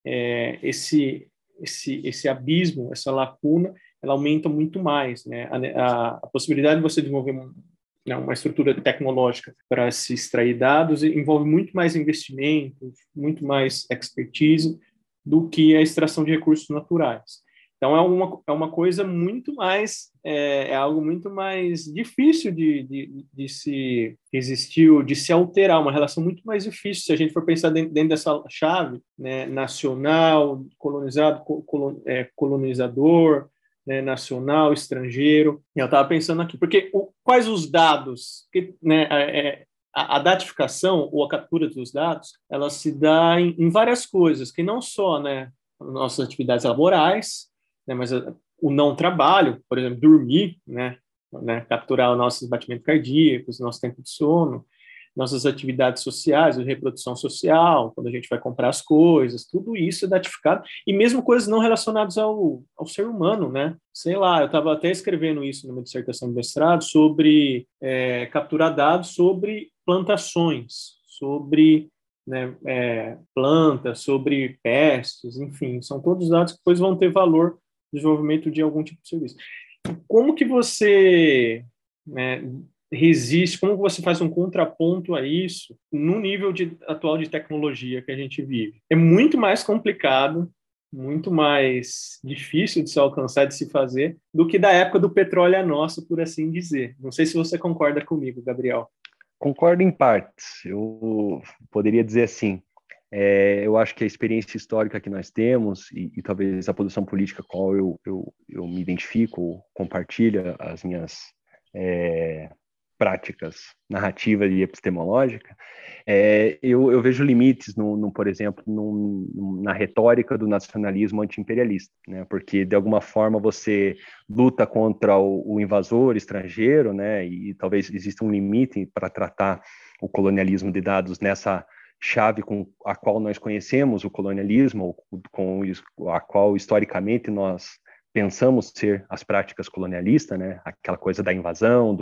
esse abismo, essa lacuna, ela aumenta muito mais, né? A possibilidade de você desenvolver uma estrutura tecnológica para se extrair dados envolve muito mais investimento, muito mais expertise do que a extração de recursos naturais. Então, é uma coisa muito mais, algo muito mais difícil de se resistir, ou de se alterar, uma relação muito mais difícil se a gente for pensar dentro dessa chave, né, nacional, colonizador, né, nacional, estrangeiro. Eu estava pensando aqui, porque quais os dados, né, a datificação ou a captura dos dados, ela se dá em várias coisas, que não só, né, nossas atividades laborais, né, mas o não trabalho, por exemplo, dormir, né, capturar os nossos batimentos cardíacos, nosso tempo de sono, nossas atividades sociais, a reprodução social, quando a gente vai comprar as coisas, tudo isso é datificado, e mesmo coisas não relacionadas ao ser humano, né? Sei lá, eu estava até escrevendo isso numa dissertação de mestrado sobre capturar dados sobre plantações, sobre, né, plantas, sobre pestes, enfim, são todos dados que depois vão ter valor no desenvolvimento de algum tipo de serviço. Como que você, né, resiste, como você faz um contraponto a isso no nível atual de tecnologia que a gente vive? É muito mais complicado, muito mais difícil de se alcançar, de se fazer, do que da época do petróleo é nosso, por assim dizer. Não sei se você concorda comigo, Gabriel. Concordo em partes. Eu poderia dizer assim, eu acho que a experiência histórica que nós temos e talvez a posição política com a qual eu me identifico, compartilha as minhas práticas narrativa e epistemológica, eu vejo limites, por exemplo, na retórica do nacionalismo anti-imperialista, né? Porque, de alguma forma, você luta contra o invasor estrangeiro, né? E talvez exista um limite para tratar o colonialismo de dados nessa chave com a qual nós conhecemos o colonialismo, com a qual, historicamente, nós pensamos ser as práticas colonialistas, né? Aquela coisa da invasão,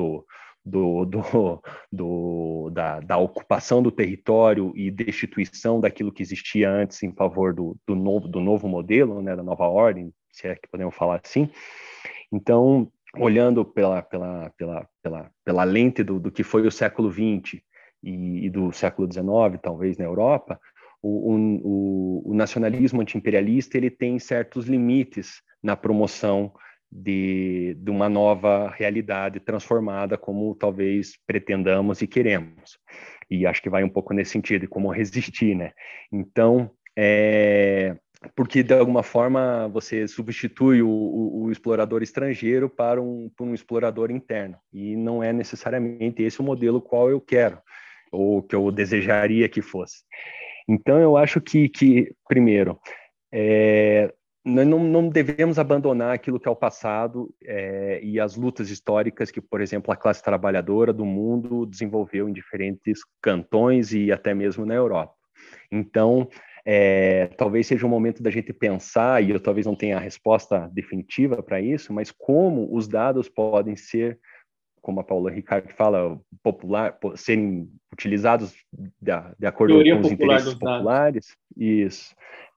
da ocupação do território e destituição daquilo que existia antes em favor do novo modelo, né, da nova ordem, se é que podemos falar assim. Então, olhando pela lente do que foi o século XX e do século XIX, talvez, na Europa, o nacionalismo anti-imperialista ele tem certos limites na promoção de uma nova realidade transformada, como talvez pretendamos e queremos. E acho que vai um pouco nesse sentido, de como resistir, né? Então, porque de alguma forma você substitui o explorador estrangeiro para um explorador interno, e não é necessariamente esse o modelo qual eu quero, ou que eu desejaria que fosse. Então, eu acho que primeiro, nós não devemos abandonar aquilo que é o passado e as lutas históricas que, por exemplo, a classe trabalhadora do mundo desenvolveu em diferentes cantões e até mesmo na Europa. Então, talvez seja um momento da gente pensar, e eu talvez não tenha a resposta definitiva para isso, mas como os dados podem ser, como a Paula Ricardo fala, serem utilizados de acordo com os interesses populares. Isso.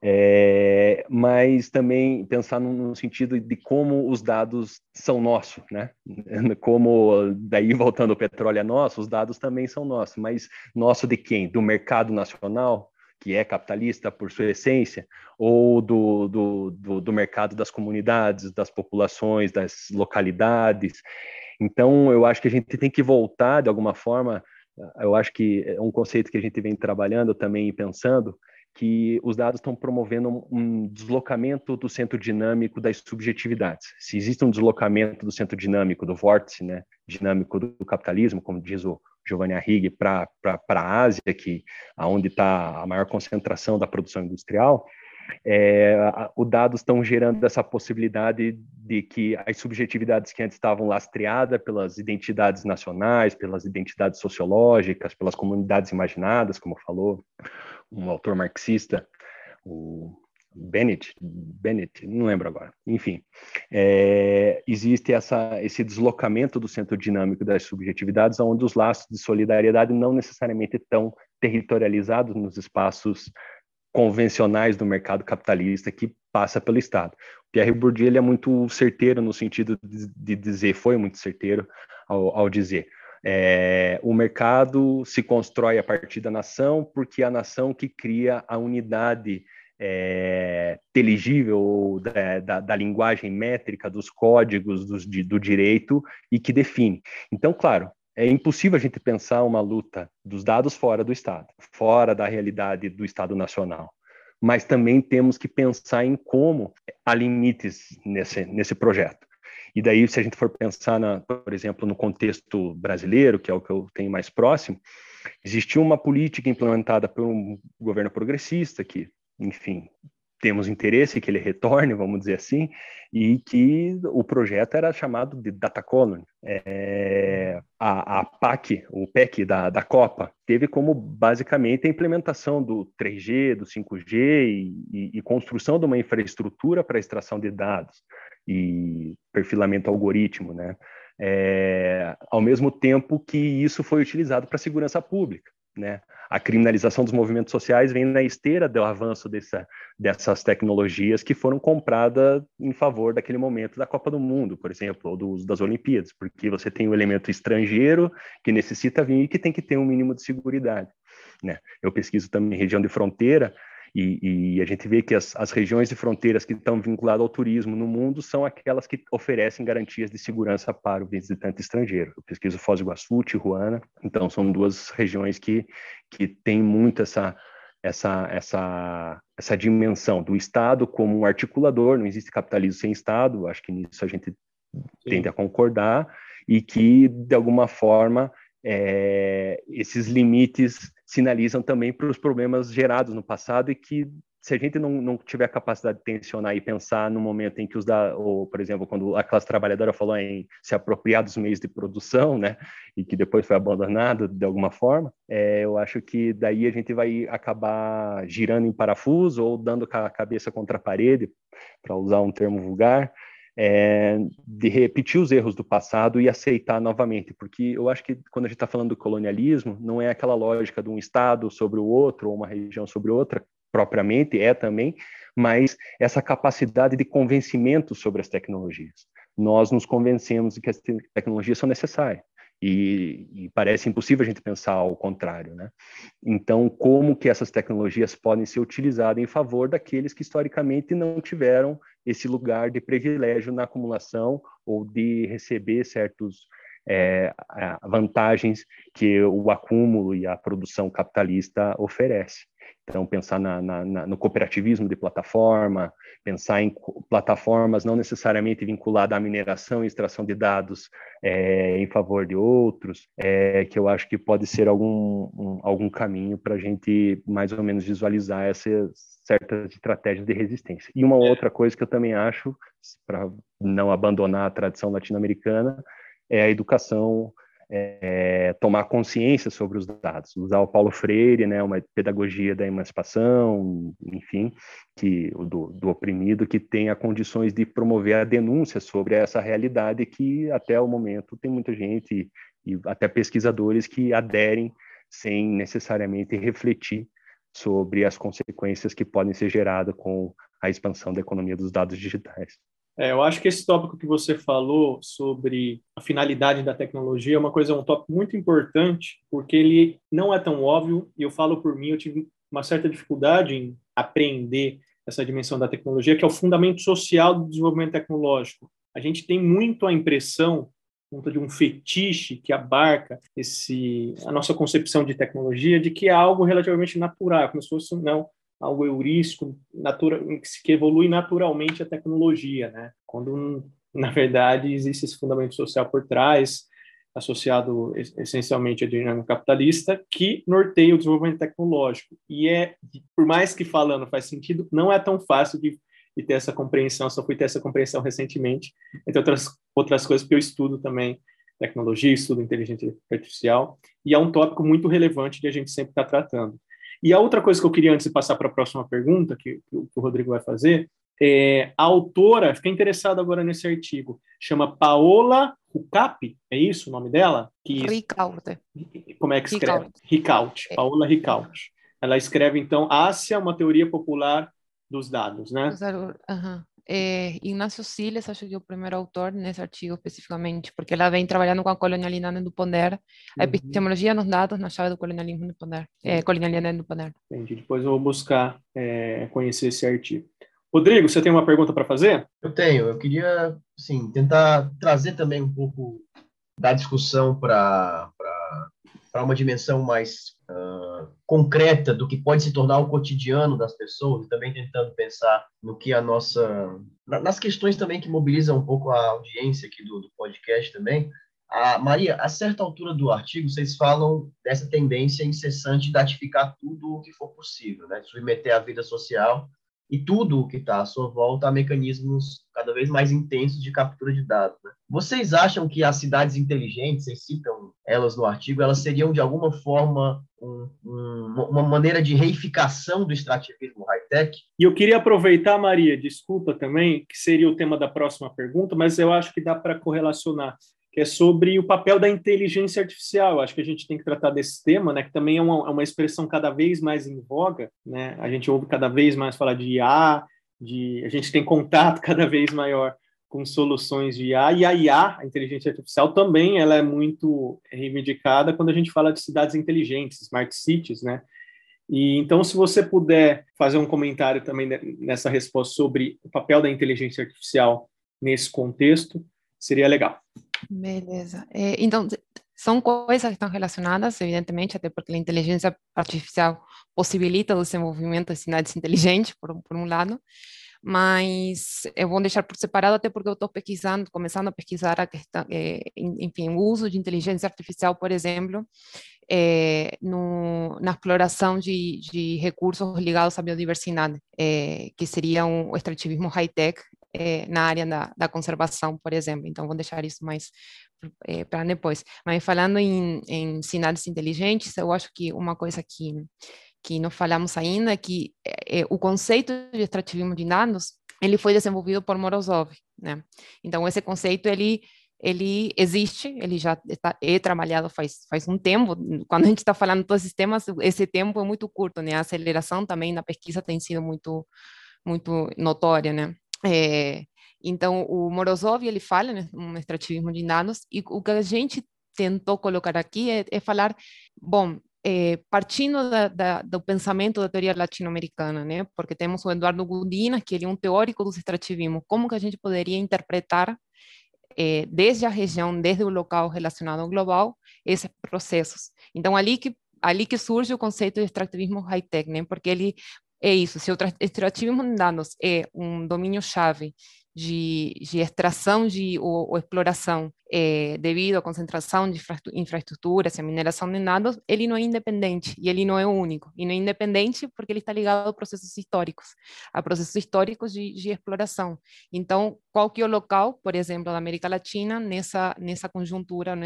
Mas também pensar no sentido de como os dados são nossos, né? Como, daí voltando, o petróleo é nosso, os dados também são nossos, mas nosso de quem? Do mercado nacional, que é capitalista por sua essência, ou do mercado das comunidades, das populações, das localidades. Então, eu acho que a gente tem que voltar, de alguma forma, eu acho que é um conceito que a gente vem trabalhando também e pensando, que os dados estão promovendo um deslocamento do centro dinâmico das subjetividades. Se existe um deslocamento do centro dinâmico, do vórtice, né, dinâmico do capitalismo, como diz o Giovanni Arrighi, para a Ásia, onde está a maior concentração da produção industrial, os dados estão gerando essa possibilidade de que as subjetividades que antes estavam lastreadas pelas identidades nacionais, pelas identidades sociológicas, pelas comunidades imaginadas, como falou um autor marxista, o Bennett, não lembro agora, enfim, existe esse deslocamento do centro dinâmico das subjetividades, onde os laços de solidariedade não necessariamente estão territorializados nos espaços convencionais do mercado capitalista que passa pelo Estado. Pierre Bourdieu ele é muito certeiro no sentido de dizer, foi muito certeiro ao dizer, o mercado se constrói a partir da nação, porque é a nação que cria a unidade inteligível da linguagem métrica, dos códigos do direito e que define. Então, claro, é impossível a gente pensar uma luta dos dados fora do Estado, fora da realidade do Estado nacional. Mas também temos que pensar em como há limites nesse projeto. E daí, se a gente for pensar, por exemplo, no contexto brasileiro, que é o que eu tenho mais próximo, existiu uma política implementada por um governo progressista que, enfim, temos interesse que ele retorne, vamos dizer assim, e que o projeto era chamado de Data Colony. A PAC, o PEC da Copa, teve como basicamente a implementação do 3G, do 5G e construção de uma infraestrutura para extração de dados e perfilamento algoritmo, né? Ao mesmo tempo que isso foi utilizado para a segurança pública, né? A criminalização dos movimentos sociais vem na esteira do avanço dessas tecnologias que foram compradas em favor daquele momento da Copa do Mundo, por exemplo, ou das Olimpíadas, porque você tem um elemento estrangeiro que necessita vir e que tem que ter um mínimo de seguridade, né? Eu pesquiso também região de fronteira e a gente vê que as regiões de fronteiras que estão vinculadas ao turismo no mundo são aquelas que oferecem garantias de segurança para o visitante estrangeiro. Eu pesquiso Foz do Iguaçu, Tijuana, então são duas regiões que têm muito essa dimensão do Estado como um articulador, não existe capitalismo sem Estado, acho que nisso a gente tende a concordar, e que, de alguma forma, esses limites sinalizam também para os problemas gerados no passado e que, se a gente não tiver a capacidade de tensionar e pensar no momento em que ou, por exemplo, quando a classe trabalhadora falou em se apropriar dos meios de produção, né, e que depois foi abandonado de alguma forma, eu acho que daí a gente vai acabar girando em parafuso ou dando a cabeça contra a parede, para usar um termo vulgar, de repetir os erros do passado e aceitar novamente, porque eu acho que quando a gente está falando do colonialismo, não é aquela lógica de um Estado sobre o outro, ou uma região sobre outra, propriamente, também, mas essa capacidade de convencimento sobre as tecnologias. nós nos convencemos de que as tecnologias são necessárias. E parece impossível a gente pensar ao contrário, né? Então, como que essas tecnologias podem ser utilizadas em favor daqueles que historicamente não tiveram esse lugar de privilégio na acumulação ou de receber certos vantagens que o acúmulo e a produção capitalista oferece. Então, pensar no cooperativismo de plataforma, pensar em plataformas não necessariamente vinculadas à mineração e extração de dados em favor de outros, que eu acho que pode ser algum caminho para a gente mais ou menos visualizar essas certas estratégias de resistência. E uma outra coisa que eu também acho, para não abandonar a tradição latino-americana, é a educação, tomar consciência sobre os dados, usar o Paulo Freire, né, uma pedagogia da emancipação, enfim, do oprimido, que tenha condições de promover a denúncia sobre essa realidade que até o momento tem muita gente e até pesquisadores que aderem sem necessariamente refletir sobre as consequências que podem ser geradas com a expansão da economia dos dados digitais. Eu acho que esse tópico que você falou sobre a finalidade da tecnologia é um tópico muito importante, porque ele não é tão óbvio, e eu falo por mim, eu tive uma certa dificuldade em apreender essa dimensão da tecnologia, que é o fundamento social do desenvolvimento tecnológico. A gente tem muito a impressão de um fetiche que abarca a nossa concepção de tecnologia, de que é algo relativamente natural, como se fosse algo heurístico, que evolui naturalmente a tecnologia, né? Quando, na verdade, existe esse fundamento social por trás, associado essencialmente à dinâmica capitalista, que norteia o desenvolvimento tecnológico. E por mais que falando faz sentido, não é tão fácil de ter essa compreensão, só fui ter essa compreensão recentemente, entre outras coisas, porque eu estudo também tecnologia, estudo inteligência artificial, e é um tópico muito relevante que a gente sempre está tratando. E a outra coisa que eu queria, antes de passar para a próxima pergunta, que o Rodrigo vai fazer, a autora, fiquei interessado agora nesse artigo, chama Paola Rucapi, é isso o nome dela? Ricaurte. Como é que escreve? Ricaurte. Paola Ricaurte. Ela escreve, então, Ásia, uma teoria popular dos dados, né? Ignacio Siles, acho que é o primeiro autor nesse artigo especificamente, porque ela vem trabalhando com a colonialidade do poder, a epistemologia nos dados na chave do colonialismo do poder, colonialidade do poder. Entendi. Depois eu vou buscar conhecer esse artigo. Rodrigo, você tem uma pergunta para fazer? Eu tenho. Eu queria, assim, tentar trazer também um pouco da discussão para uma dimensão mais concreta do que pode se tornar o cotidiano das pessoas, e também tentando pensar no que nas questões também que mobilizam um pouco a audiência aqui do podcast também. Maria, a certa altura do artigo, vocês falam dessa tendência incessante de datificar tudo o que for possível, né? Submeter a vida social e tudo o que está à sua volta a mecanismos cada vez mais intensos de captura de dados, né? Vocês acham que as cidades inteligentes, vocês citam elas no artigo, elas seriam de alguma forma uma maneira de reificação do extrativismo high-tech? E eu queria aproveitar, Maria, desculpa também, que seria o tema da próxima pergunta, mas eu acho que dá para correlacionar, que é sobre o papel da inteligência artificial. Eu acho que a gente tem que tratar desse tema, né, que também é uma expressão cada vez mais em voga, né? A gente ouve cada vez mais falar de IA, a gente tem contato cada vez maior com soluções de IA, e a IA, a inteligência artificial, também ela é muito reivindicada quando a gente fala de cidades inteligentes, smart cities, né? E então, se você puder fazer um comentário também nessa resposta sobre o papel da inteligência artificial nesse contexto, seria legal. Beleza. Então, são coisas que estão relacionadas, evidentemente, até porque a inteligência artificial possibilita o desenvolvimento de cidades inteligentes, por um lado, mas eu vou deixar por separado, até porque eu estou começando a pesquisar a questão, enfim, o uso de inteligência artificial, por exemplo, na exploração de recursos ligados à biodiversidade, que seria um extrativismo high-tech na área da conservação, por exemplo. Então, vou deixar isso mais para depois. Mas falando em cidades inteligentes, eu acho que uma coisa que não falamos ainda é que o conceito de extrativismo de dados ele foi desenvolvido por Morozov, né? Então, esse conceito ele existe, ele já é trabalhado faz um tempo. Quando a gente está falando de todos esses temas, esse tempo é muito curto, né? A aceleração também na pesquisa tem sido muito, muito notória, né? Então, o Morozov, ele fala no extrativismo de dados, e o que a gente tentou colocar aqui é falar, bom, partindo do pensamento da teoria latino-americana, né? Porque temos o Eduardo Gudinas, que ele é um teórico do extrativismo, como que a gente poderia interpretar desde a região, desde o local relacionado ao global, esses processos. Então, ali que surge o conceito de extrativismo high-tech, né? Porque ele é isso, se o extrativismo de dados é um domínio-chave de extração ou exploração devido à concentração de infraestruturas e a mineração de dados, ele não é independente e ele não é único. E não é independente porque ele está ligado a processos históricos de exploração. Então, qual que é o local, por exemplo, da América Latina nessa conjuntura,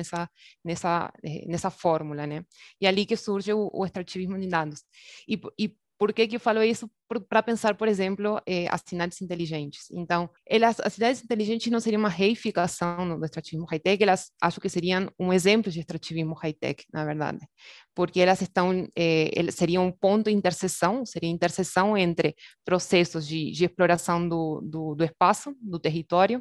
nessa fórmula, né? E ali que surge o extrativismo de dados. E por que eu falo isso? Para pensar, por exemplo, as cidades inteligentes. Então, as cidades inteligentes não seriam uma reificação do extrativismo high-tech, elas acho que seriam um exemplo de extrativismo high-tech, na verdade, porque elas seriam um ponto de interseção, seria interseção entre processos de exploração do espaço, do território,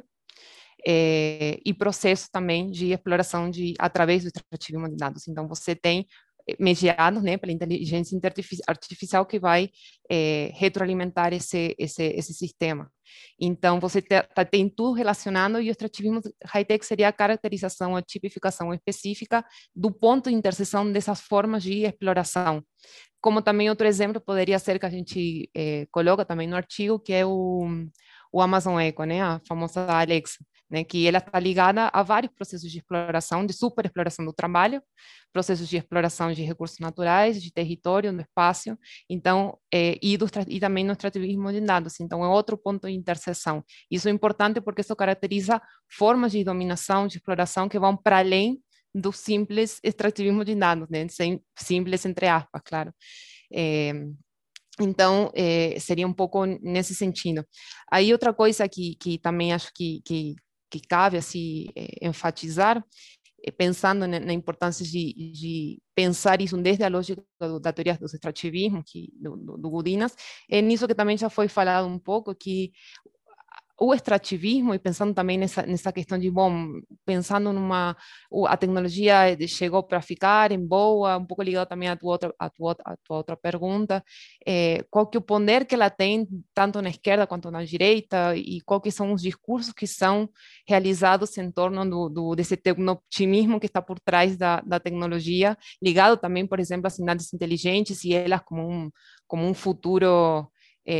e processos também de exploração através do extrativismo de dados. Então, você tem mediados, né, pela inteligência artificial que vai retroalimentar esse sistema. Então, você tem tudo relacionado, e o extrativismo high-tech seria a caracterização, a tipificação específica do ponto de interseção dessas formas de exploração. Como também outro exemplo poderia ser que a gente coloca também no artigo, que é o Amazon Echo, né, a famosa Alexa, né, que ela está ligada a vários processos de exploração, de superexploração do trabalho, processos de exploração de recursos naturais, de território, do espaço, então, e também no extrativismo de dados, então é outro ponto de interseção. Isso é importante porque isso caracteriza formas de dominação, de exploração que vão para além do simples extrativismo de dados, né, simples entre aspas, claro. Então, seria um pouco nesse sentido. Aí outra coisa que também acho que cabe assim, enfatizar, pensando na importância de pensar isso desde a lógica da teoria dos extrativismos, do Gudinas, é nisso que também já foi falado um pouco, que o extrativismo, e pensando também nessa questão de, bom, pensando a tecnologia chegou para ficar em boa, um pouco ligado também à tua outra pergunta, qual que é o poder que ela tem, tanto na esquerda quanto na direita, e qual que são os discursos que são realizados em torno desse tecno-optimismo que está por trás da tecnologia, ligado também, por exemplo, às cidades inteligentes e elas como um futuro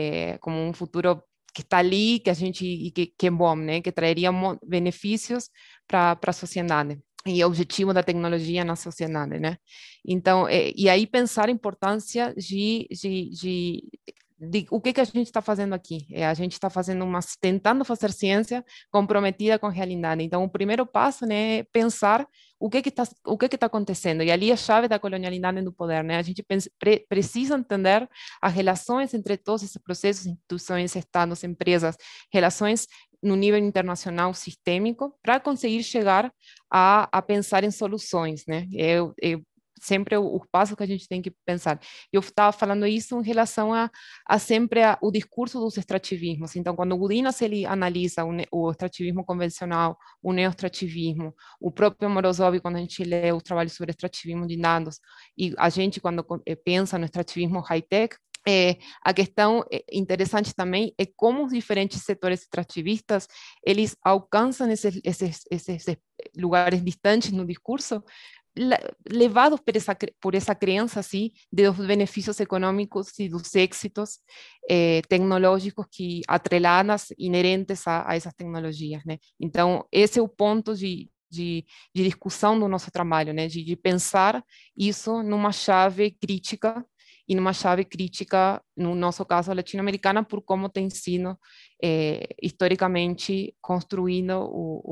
que está ali, que a gente que é bom, né, que traria benefícios para a sociedade e objetivo da tecnologia na sociedade, né? Então, e aí pensar a importância de o que a gente está fazendo aqui. A gente está tentando fazer ciência comprometida com a realidade. Então, o primeiro passo, né, é pensar o que está acontecendo. E ali a chave da colonialidade no poder, né? A gente precisa entender as relações entre todos esses processos, instituições, estados, empresas, relações no nível internacional sistêmico, para conseguir chegar a pensar em soluções, né? Sempre o passo que a gente tem que pensar. Eu estava falando isso em relação a sempre o discurso dos extrativismos. Então, quando o Gudinas ele analisa o extrativismo convencional, o neoextrativismo, o próprio Morozov, quando a gente lê o trabalho sobre extrativismo de dados, e a gente, quando pensa no extrativismo high-tech, a questão interessante também é como os diferentes setores extrativistas eles alcançam esses lugares distantes no discurso, levados por essa crença assim, dos benefícios econômicos e dos êxitos tecnológicos que atreladas, inerentes a essas tecnologias, né? Então, esse é o ponto de discussão do nosso trabalho, né? De pensar isso numa chave crítica, e numa chave crítica, no nosso caso, latino-americana, por como tem sido historicamente construído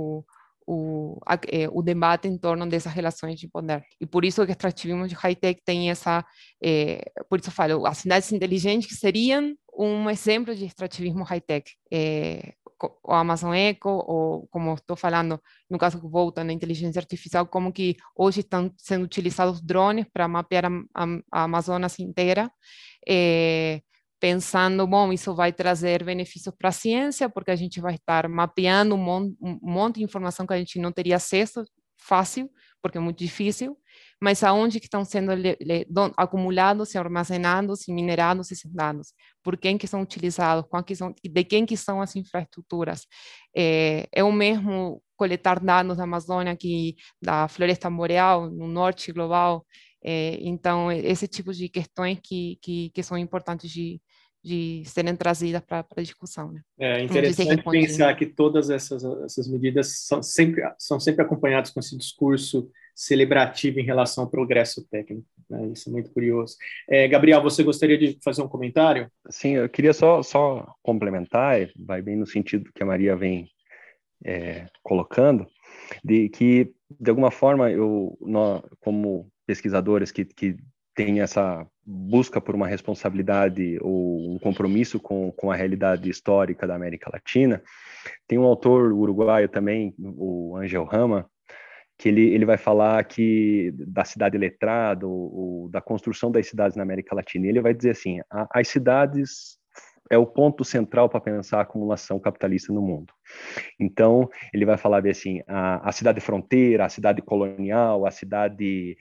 o debate em torno dessas relações de poder. E por isso que o extrativismo de high-tech tem por isso eu falo, as cidades inteligentes que seriam um exemplo de extrativismo high-tech. O Amazon Echo, ou como estou falando, no caso que volta na inteligência artificial, como que hoje estão sendo utilizados drones para mapear a Amazonas inteira, pensando, bom, isso vai trazer benefícios para a ciência, porque a gente vai estar mapeando um monte de informação que a gente não teria acesso fácil, porque é muito difícil, mas aonde que estão sendo acumulados, e armazenados e minerados esses dados? Por quem que são utilizados? De quem que são as infraestruturas? É o mesmo coletar dados da Amazônia que da floresta boreal, no norte global. Então, esse tipo de questões que são importantes de serem trazidas para a discussão, né? É interessante pensar que todas essas medidas são sempre acompanhadas com esse discurso celebrativo em relação ao progresso técnico, né? Isso é muito curioso. Gabriel, você gostaria de fazer um comentário? Sim, eu queria só complementar, vai bem no sentido que a Maria vem colocando, de que, de alguma forma, nós, como pesquisadores que têm essa busca por uma responsabilidade ou um compromisso com a realidade histórica da América Latina, tem um autor uruguaio também, o Ángel Rama, que ele vai falar que da cidade letrada, ou da construção das cidades na América Latina. E ele vai dizer assim, as cidades é o ponto central para pensar a acumulação capitalista no mundo. Então, ele vai falar assim, a cidade fronteira, a cidade colonial, a cidade,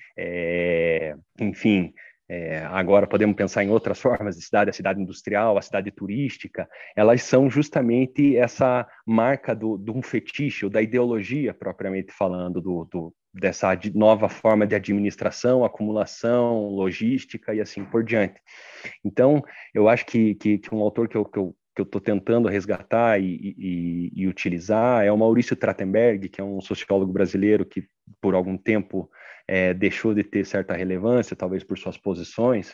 enfim, agora podemos pensar em outras formas de cidade, a cidade industrial, a cidade turística, elas são justamente essa marca de um fetiche, ou da ideologia propriamente falando, dessa nova forma de administração, acumulação, logística e assim por diante. Então, eu acho que um autor que eu estou tentando resgatar e utilizar é o Maurício Trachtenberg, que é um sociólogo brasileiro que, por algum tempo, deixou de ter certa relevância, talvez por suas posições,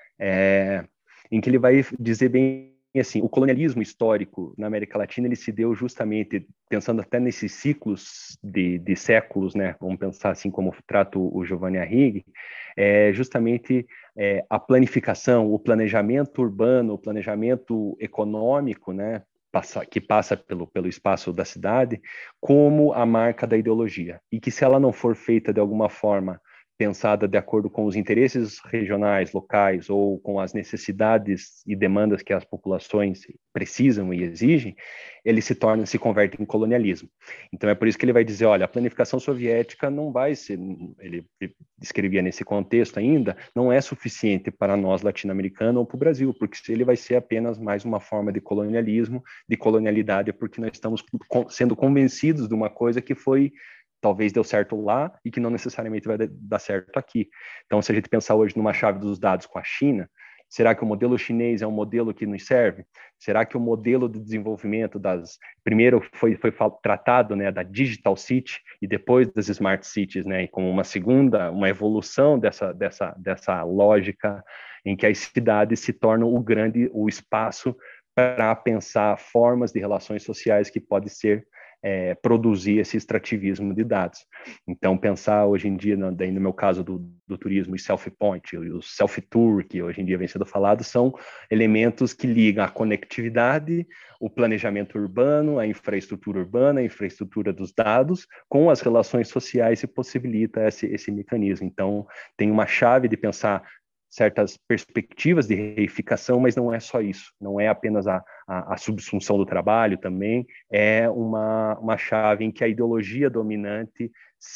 em que ele vai dizer bem assim, o colonialismo histórico na América Latina ele se deu justamente, pensando até nesses ciclos de séculos, né? Vamos pensar assim como trata o Giovanni Arrighi, justamente a planificação, o planejamento urbano, o planejamento econômico, né? Que passa pelo espaço da cidade, como a marca da ideologia. E que se ela não for feita de alguma forma pensada de acordo com os interesses regionais, locais, ou com as necessidades e demandas que as populações precisam e exigem, ele se converte em colonialismo. Então é por isso que ele vai dizer, olha, a planificação soviética não vai ser, ele escrevia nesse contexto ainda, não é suficiente para nós latino-americanos ou para o Brasil, porque ele vai ser apenas mais uma forma de colonialismo, de colonialidade, porque nós estamos sendo convencidos de uma coisa que talvez deu certo lá e que não necessariamente vai dar certo aqui. Então, se a gente pensar hoje numa chave dos dados com a China, será que o modelo chinês é um modelo que nos serve? Será que o modelo de desenvolvimento primeiro foi tratado, né, da Digital City e depois das Smart Cities, né, como uma evolução dessa lógica em que as cidades se tornam o espaço para pensar formas de relações sociais que pode ser produzir esse extrativismo de dados. Então, pensar hoje em dia, no meu caso do turismo, e self-point, o self-tour, que hoje em dia vem sendo falado, são elementos que ligam a conectividade, o planejamento urbano, a infraestrutura urbana, a infraestrutura dos dados, com as relações sociais e possibilita esse mecanismo. Então, tem uma chave de pensar certas perspectivas de reificação, mas não é só isso, não é apenas a subsunção do trabalho também, é uma chave em que a ideologia dominante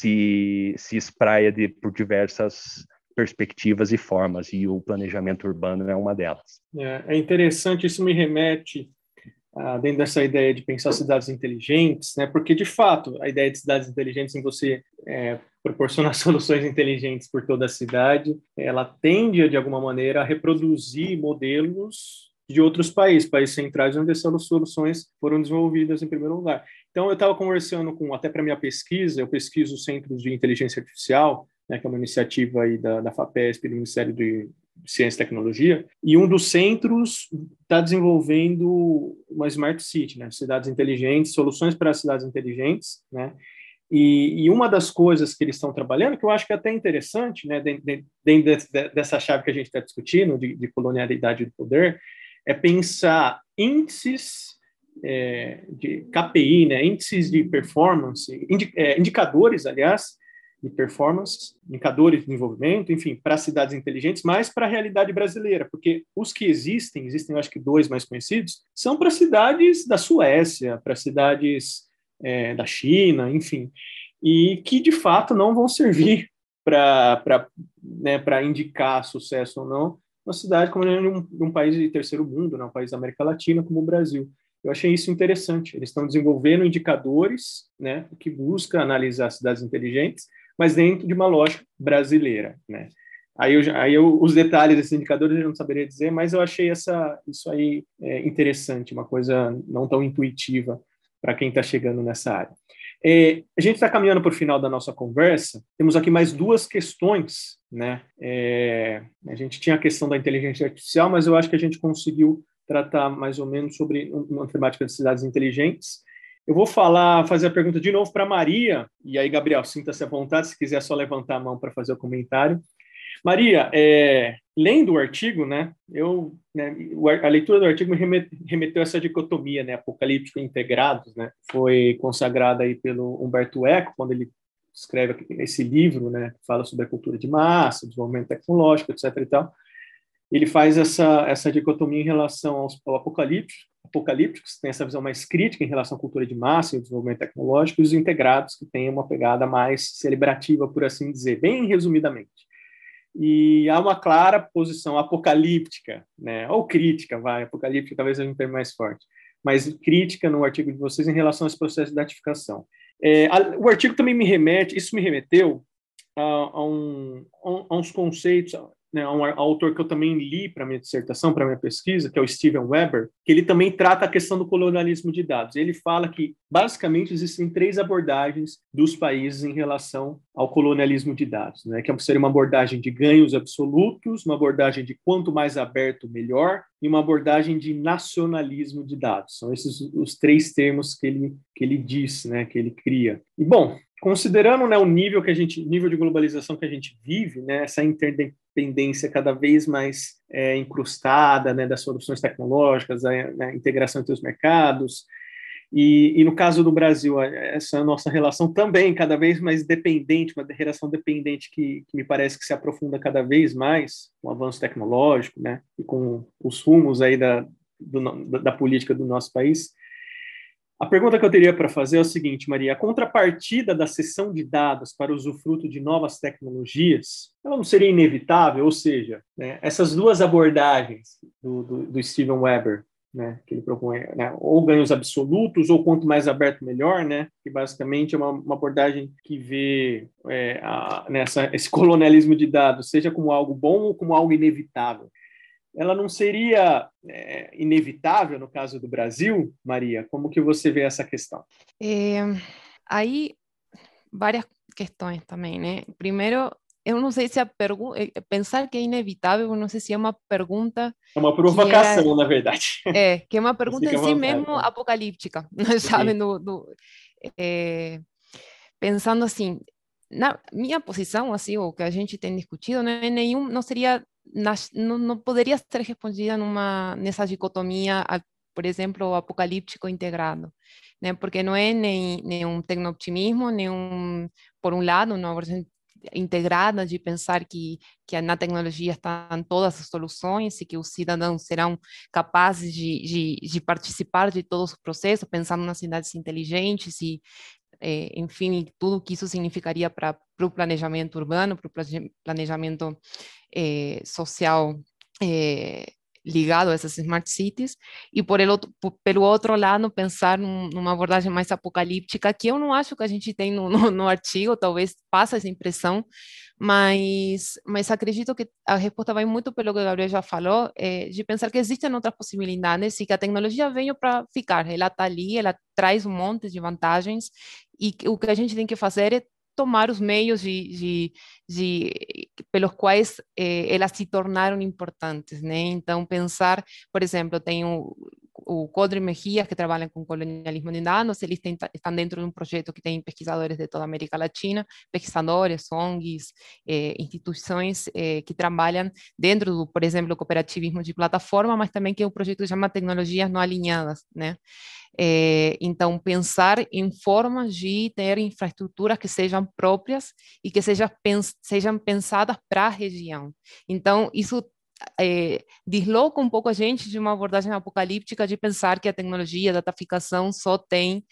se espraia por diversas perspectivas e formas, e o planejamento urbano é uma delas. É interessante, isso me remete dentro dessa ideia de pensar cidades inteligentes, né? Porque, de fato, a ideia de cidades inteligentes em você proporcionar soluções inteligentes por toda a cidade, ela tende, de alguma maneira, a reproduzir modelos de outros países centrais, onde essas soluções foram desenvolvidas em primeiro lugar. Então, eu estava conversando até para minha pesquisa, eu pesquiso centros de inteligência artificial, né, que é uma iniciativa aí da FAPESP, do Ministério de Ciência e Tecnologia, e um dos centros está desenvolvendo uma Smart City, né, cidades inteligentes, soluções para cidades inteligentes, né, e uma das coisas que eles estão trabalhando, que eu acho que é até interessante, né, dentro dessa chave que a gente está discutindo, de colonialidade do poder, é pensar índices de KPI, né, índices de performance, indicadores, aliás, de performance, indicadores de desenvolvimento, enfim, para cidades inteligentes, mas para a realidade brasileira, porque os que existem eu acho que 2 mais conhecidos, são para cidades da Suécia, para cidades da China, enfim, e que de fato não vão servir para indicar sucesso ou não uma cidade como um país de terceiro mundo, um país da América Latina como o Brasil. Eu achei isso interessante. Eles estão desenvolvendo indicadores, né, que busca analisar cidades inteligentes, mas dentro de uma lógica brasileira, né? Os detalhes desses indicadores eu não saberia dizer, mas eu achei isso aí interessante, uma coisa não tão intuitiva para quem está chegando nessa área. A gente está caminhando para o final da nossa conversa. Temos aqui mais 2 questões, né? A gente tinha a questão da inteligência artificial, mas eu acho que a gente conseguiu tratar mais ou menos sobre uma temática de cidades inteligentes. Eu vou fazer a pergunta de novo para a Maria, e aí, Gabriel, sinta-se à vontade, se quiser só levantar a mão para fazer o comentário. Maria, lendo o artigo, né, a leitura do artigo me remeteu a essa dicotomia, né, apocalíptico e integrados, né, foi consagrada aí pelo Humberto Eco, quando ele escreve esse livro, né, que fala sobre a cultura de massa, desenvolvimento tecnológico, etc. e tal. Ele faz essa dicotomia em relação ao apocalíptico, que tem essa visão mais crítica em relação à cultura de massa e o desenvolvimento tecnológico, e os integrados, que têm uma pegada mais celebrativa, por assim dizer, bem resumidamente. E há uma clara posição apocalíptica, né, ou crítica, apocalíptica talvez seja um termo mais forte, mas crítica no artigo de vocês em relação a esse processo de datificação. O artigo também me remeteu a uns conceitos, né, um autor que eu também li para minha dissertação, para minha pesquisa, que é o Steven Weber, que ele também trata a questão do colonialismo de dados. Ele fala que, basicamente, existem 3 abordagens dos países em relação ao colonialismo de dados, né, que seria uma abordagem de ganhos absolutos, uma abordagem de quanto mais aberto, melhor, e uma abordagem de nacionalismo de dados. São esses os 3 termos que ele diz, né, que ele cria. E, bom, considerando, né, o nível de globalização que a gente vive, né, essa interdependência cada vez mais incrustada, né, das soluções tecnológicas, a integração entre os mercados, e no caso do Brasil, essa nossa relação também cada vez mais dependente, uma relação dependente que me parece que se aprofunda cada vez mais com o avanço tecnológico, né, e com os rumos aí da política do nosso país. A pergunta que eu teria para fazer é o seguinte, Maria: a contrapartida da cessão de dados para usufruto de novas tecnologias, ela não seria inevitável? Ou seja, né, essas 2 abordagens do Steven Weber, né, que ele propõe, né, ou ganhos absolutos, ou quanto mais aberto, melhor, né, que basicamente é uma abordagem que vê esse colonialismo de dados, seja como algo bom ou como algo inevitável. Ela não seria inevitável no caso do Brasil, Maria? Como que você vê essa questão? Aí, várias questões também, né? Primeiro, eu não sei se pensar que é inevitável, eu não sei se é uma pergunta... É uma provocação, na verdade. Que é uma pergunta em si mesmo apocalíptica, sabe? Pensando assim, na minha posição, assim, o que a gente tem discutido, não seria... não poderia ser respondida nessa dicotomia, por exemplo, apocalíptico integrado, né? Porque não é nem um tecno-optimismo, por um lado, uma versão integrada de pensar que na tecnologia estão todas as soluções e que os cidadãos serão capazes de participar de todos os processos, pensando nas cidades inteligentes e enfim, tudo que isso significaria para o planejamento urbano, para o planejamento social ligado a essas smart cities, e pelo outro lado, pensar numa abordagem mais apocalíptica, que eu não acho que a gente tem no artigo, talvez passa essa impressão, mas acredito que a resposta vai muito pelo que o Gabriel já falou, de pensar que existem outras possibilidades e que a tecnologia veio para ficar, ela está ali, ela traz um monte de vantagens, e o que a gente tem que fazer é tomar os meios pelos quais elas se tornaram importantes, né? Então, pensar, por exemplo, tem o o Codre Mejias, que trabalham com colonialismo de dados, eles estão dentro de um projeto que tem pesquisadores de toda a América Latina, pesquisadores, ONGs, instituições que trabalham dentro do, por exemplo, cooperativismo de plataforma, mas também que é um projeto que chama Tecnologias Não Alinhadas, né? Então, pensar em formas de ter infraestruturas que sejam próprias e que sejam pensadas para a região. Então, isso desloca um pouco a gente de uma abordagem apocalíptica de pensar que a tecnologia, a dataficação só tem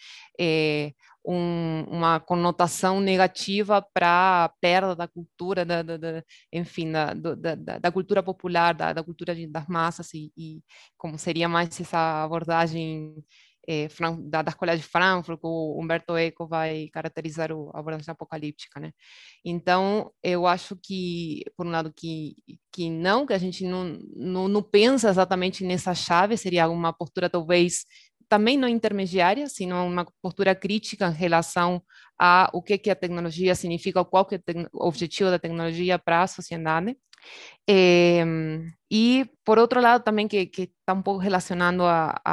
uma conotação negativa para a perda da cultura, enfim, da cultura popular, da cultura das massas, e como seria mais essa abordagem da Escola de Frankfurt, que o Humberto Eco vai caracterizar a abordagem apocalíptica, né? Então, eu acho que, por um lado, que a gente não pensa exatamente nessa chave, seria uma postura talvez também não intermediária, sino uma postura crítica em relação a o que a tecnologia significa, qual que é o objetivo da tecnologia para a sociedade. E, por outro lado, também que está um pouco relacionando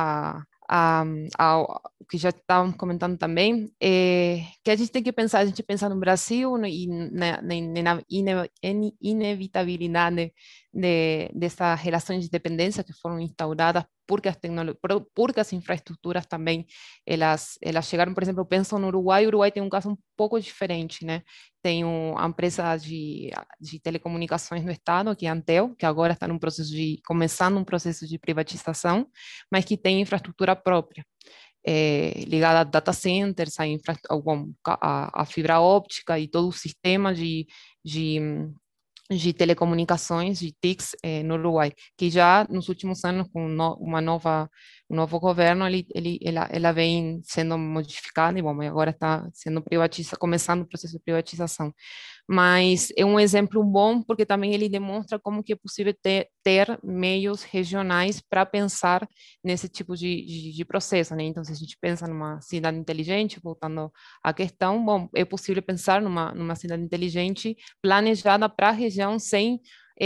ao que já estávamos comentando também, que a gente tem que pensar, a gente pensa no Brasil e na inevitabilidade dessas relações de dependência que foram instauradas porque as infraestruturas também, elas chegaram, por exemplo, eu penso no Uruguai. O Uruguai tem um caso um pouco diferente, né? Tem a empresa de telecomunicações do Estado, que é a Antel, que agora está começando um processo de privatização, mas que tem infraestrutura própria, ligada a data centers, a fibra óptica e todo o sistema de telecomunicações, de TICs, no Uruguai, que já nos últimos anos, com um novo governo, ela vem sendo modificada, e bom, agora está sendo começando o processo de privatização. Mas é um exemplo bom, porque também ele demonstra como que é possível ter meios regionais para pensar nesse tipo de processo, né? Então, se a gente pensa numa cidade inteligente, voltando à questão, bom, é possível pensar numa cidade inteligente planejada para a região sem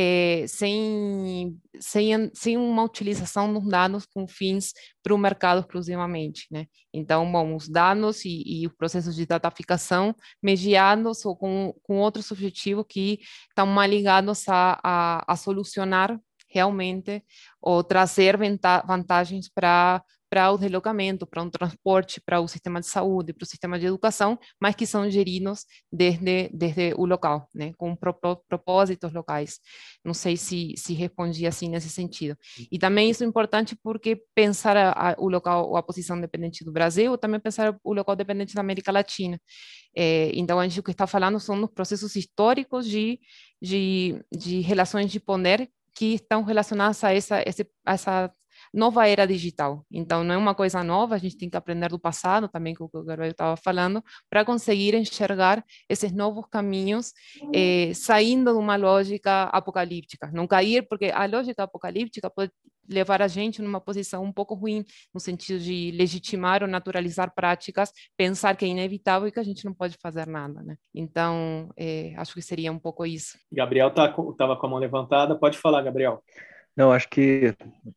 uma utilização dos dados com fins para o mercado exclusivamente, né? Então, bom, os dados e os processos de dataficação mediados ou com outros objetivos que estão mais ligados a solucionar realmente ou trazer vantagens para o deslocamento, para um transporte, para o sistema de saúde, para o sistema de educação, mas que são geridos desde o local, né, com propósitos locais. Não sei se respondi assim nesse sentido. E também isso é importante porque pensar o local, a posição dependente do Brasil, ou também pensar o local dependente da América Latina. Então, a gente o que está falando são dos processos históricos de relações de poder que estão relacionadas a essa nova era digital. Então, não é uma coisa nova, a gente tem que aprender do passado, também, que o Gabriel estava falando, para conseguir enxergar esses novos caminhos, saindo de uma lógica apocalíptica. Não cair, porque a lógica apocalíptica pode levar a gente numa posição um pouco ruim, no sentido de legitimar ou naturalizar práticas, pensar que é inevitável e que a gente não pode fazer nada, né? Então, acho que seria um pouco isso. Gabriel estava com a mão levantada. Pode falar, Gabriel. Não, acho que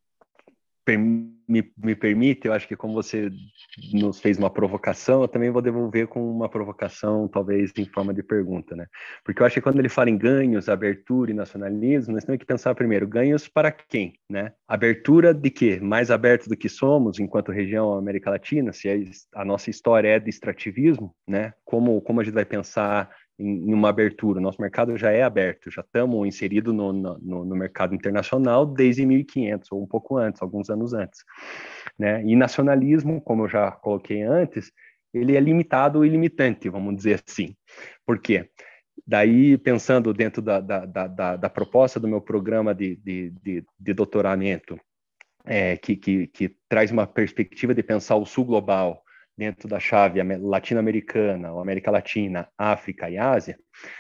me permite, eu acho que como você nos fez uma provocação, eu também vou devolver com uma provocação, talvez em forma de pergunta, né? Porque eu acho que quando ele fala em ganhos, abertura e nacionalismo, nós temos que pensar primeiro, ganhos para quem, né? Abertura de quê? Mais aberto do que somos enquanto região América Latina, se a nossa história é de extrativismo, né? Como a gente vai pensar em uma abertura? O nosso mercado já é aberto, já estamos inseridos no mercado internacional desde 1500, ou um pouco antes, alguns anos antes, né? E nacionalismo, como eu já coloquei antes, ele é limitado e limitante, vamos dizer assim. Por quê? Daí, pensando dentro da proposta do meu programa de doutoramento, que traz uma perspectiva de pensar o sul global dentro da chave latino-americana, ou América Latina, África e Ásia,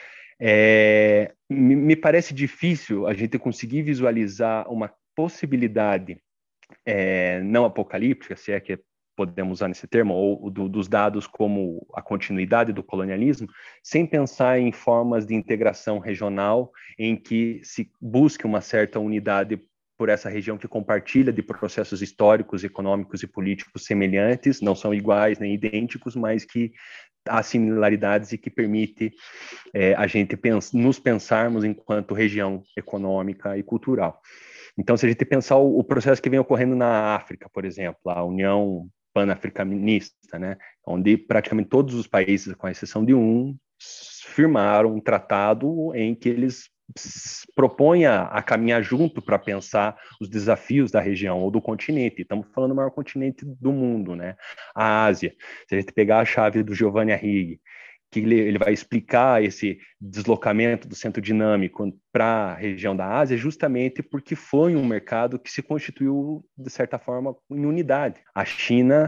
me parece difícil a gente conseguir visualizar uma possibilidade não apocalíptica, se é que podemos usar nesse termo, ou dos dados como a continuidade do colonialismo, sem pensar em formas de integração regional em que se busque uma certa unidade por essa região que compartilha de processos históricos, econômicos e políticos semelhantes, não são iguais nem idênticos, mas que há similaridades e que permite a gente nos pensarmos enquanto região econômica e cultural. Então, se a gente pensar o processo que vem ocorrendo na África, por exemplo, a União Pan-Africanista, né, onde praticamente todos os países, com exceção de um, firmaram um tratado em que eles propõem a caminhar junto para pensar os desafios da região ou do continente. Estamos falando do maior continente do mundo, né? A Ásia. Se a gente pegar a chave do Giovanni Arrighi, que ele vai explicar esse deslocamento do centro dinâmico para a região da Ásia, justamente porque foi um mercado que se constituiu, de certa forma, em unidade. A China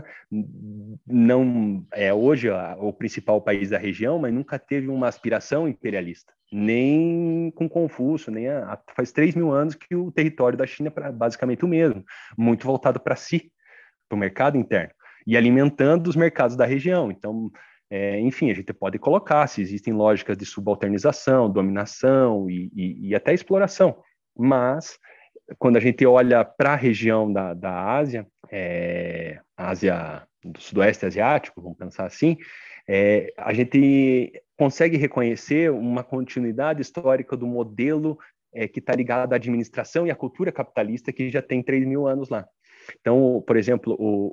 não é hoje o principal país da região, mas nunca teve uma aspiração imperialista, nem com Confúcio, faz 3.000 anos que o território da China é basicamente o mesmo, muito voltado para si, para o mercado interno, e alimentando os mercados da região. Então, enfim, a gente pode colocar se existem lógicas de subalternização, dominação e até exploração, mas quando a gente olha para a região da Ásia, Ásia do Sudoeste Asiático, vamos pensar assim, a gente consegue reconhecer uma continuidade histórica do modelo que está ligado à administração e à cultura capitalista que já tem 3.000 anos lá. Então, por exemplo,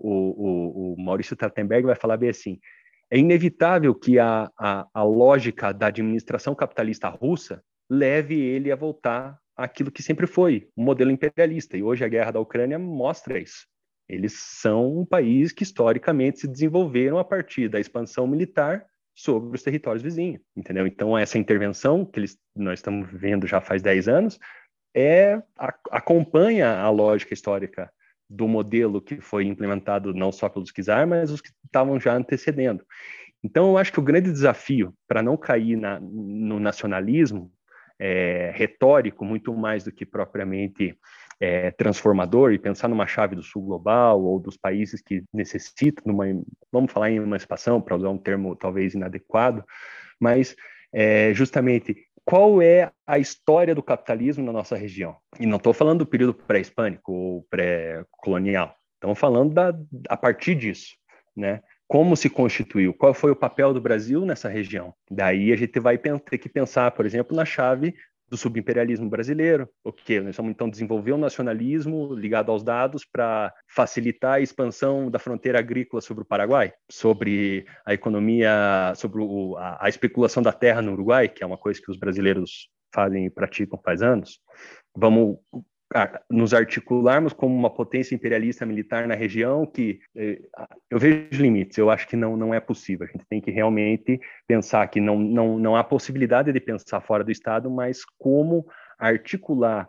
o Maurício Trachtenberg vai falar bem assim: é inevitável que a lógica da administração capitalista russa leve ele a voltar àquilo que sempre foi, o modelo imperialista. E hoje a guerra da Ucrânia mostra isso. Eles são um país que historicamente se desenvolveram a partir da expansão militar sobre os territórios vizinhos, entendeu? Então essa intervenção que nós estamos vendo já faz 10 anos acompanha a lógica histórica do modelo que foi implementado não só pelos czar, mas os que estavam já antecedendo. Então, eu acho que o grande desafio para não cair no nacionalismo retórico, muito mais do que propriamente transformador, e pensar numa chave do sul global ou dos países que necessitam, vamos falar em emancipação, para usar um termo talvez inadequado, mas justamente qual é a história do capitalismo na nossa região. E não estou falando do período pré-hispânico ou pré-colonial, estamos falando a partir disso, né? Como se constituiu, qual foi o papel do Brasil nessa região. Daí a gente vai ter que pensar, por exemplo, na chave do subimperialismo brasileiro. Nós vamos então desenvolver um nacionalismo ligado aos dados para facilitar a expansão da fronteira agrícola sobre o Paraguai, sobre a economia, sobre a especulação da terra no Uruguai, que é uma coisa que os brasileiros fazem e praticam faz anos. Vamos nos articularmos como uma potência imperialista militar na região, que eu vejo limites, eu acho que não é possível. A gente tem que realmente pensar que não há possibilidade de pensar fora do Estado, mas como articular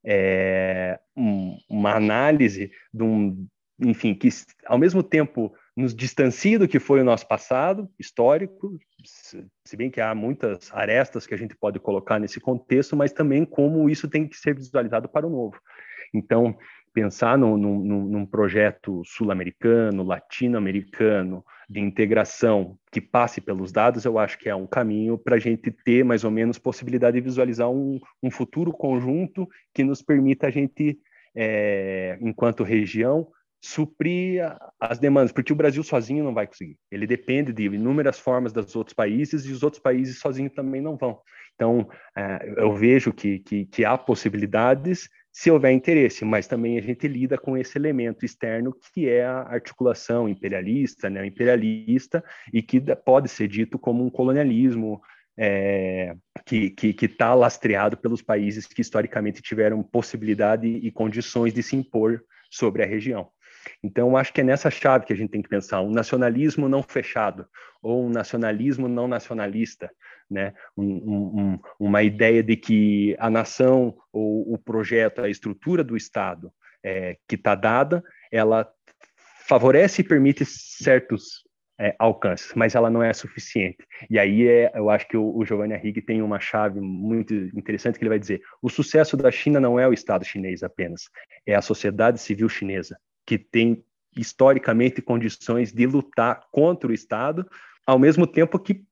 uma análise enfim, que ao mesmo tempo nos distancia do que foi o nosso passado histórico, se bem que há muitas arestas que a gente pode colocar nesse contexto, mas também como isso tem que ser visualizado para o novo. Então, pensar num projeto sul-americano, latino-americano, de integração que passe pelos dados, eu acho que é um caminho para a gente ter mais ou menos possibilidade de visualizar um futuro conjunto que nos permita a gente, enquanto região, suprir as demandas, porque o Brasil sozinho não vai conseguir. Ele depende de inúmeras formas dos outros países e os outros países sozinhos também não vão. Então, eu vejo que há possibilidades se houver interesse, mas também a gente lida com esse elemento externo que é a articulação imperialista, neoimperialista, e que pode ser dito como um colonialismo que está lastreado pelos países que historicamente tiveram possibilidade e condições de se impor sobre a região. Então, acho que é nessa chave que a gente tem que pensar, um nacionalismo não fechado, ou um nacionalismo não nacionalista, né? Uma ideia de que a nação, ou o projeto, a estrutura do Estado que está dada, ela favorece e permite certos alcances, mas ela não é suficiente. E aí eu acho que o Giovanni Arrighi tem uma chave muito interessante que ele vai dizer: o sucesso da China não é o Estado chinês apenas, é a sociedade civil chinesa, que tem historicamente condições de lutar contra o Estado, ao mesmo tempo que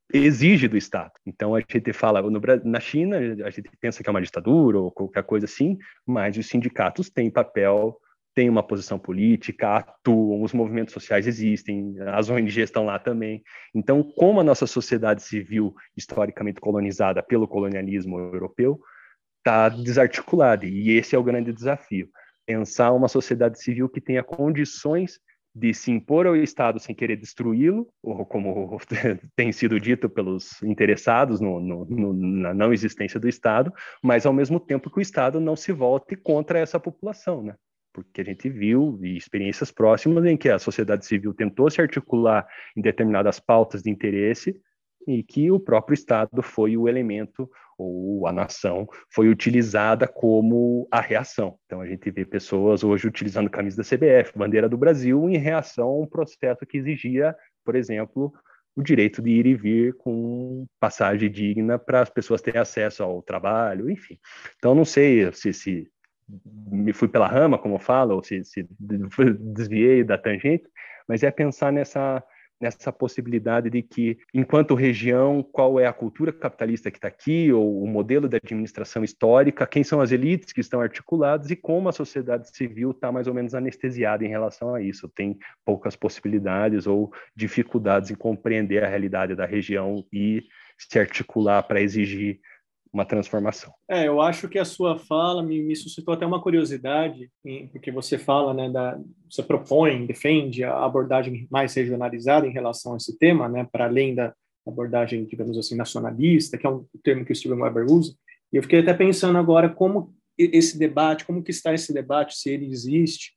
exige do Estado. Então, a gente fala, na China, a gente pensa que é uma ditadura ou qualquer coisa assim, mas os sindicatos têm papel, têm uma posição política, atuam, os movimentos sociais existem, as ONGs estão lá também. Então, como a nossa sociedade civil, historicamente colonizada pelo colonialismo europeu, está desarticulada, e esse é o grande desafio. Pensar uma sociedade civil que tenha condições de se impor ao Estado sem querer destruí-lo, ou como tem sido dito pelos interessados na não existência do Estado, mas ao mesmo tempo que o Estado não se volte contra essa população, né? Porque a gente viu experiências próximas em que a sociedade civil tentou se articular em determinadas pautas de interesse e que o próprio Estado foi o elemento, ou a nação foi utilizada como a reação. Então, a gente vê pessoas hoje utilizando camisa da CBF, bandeira do Brasil, em reação a um processo que exigia, por exemplo, o direito de ir e vir com passagem digna para as pessoas terem acesso ao trabalho, enfim. Então, não sei se me fui pela rama, como eu falo, ou se desviei da tangente, mas é pensar nessa possibilidade de que, enquanto região, qual é a cultura capitalista que está aqui, ou o modelo de administração histórica, quem são as elites que estão articuladas e como a sociedade civil está mais ou menos anestesiada em relação a isso. Tem poucas possibilidades ou dificuldades em compreender a realidade da região e se articular para exigir uma transformação. Eu acho que a sua fala me suscitou até uma curiosidade, porque você fala, né, você propõe, defende a abordagem mais regionalizada em relação a esse tema, né, para além da abordagem, digamos assim, nacionalista, que é um termo que o Steven Weber usa. E eu fiquei até pensando agora como esse debate, como que está esse debate, se ele existe,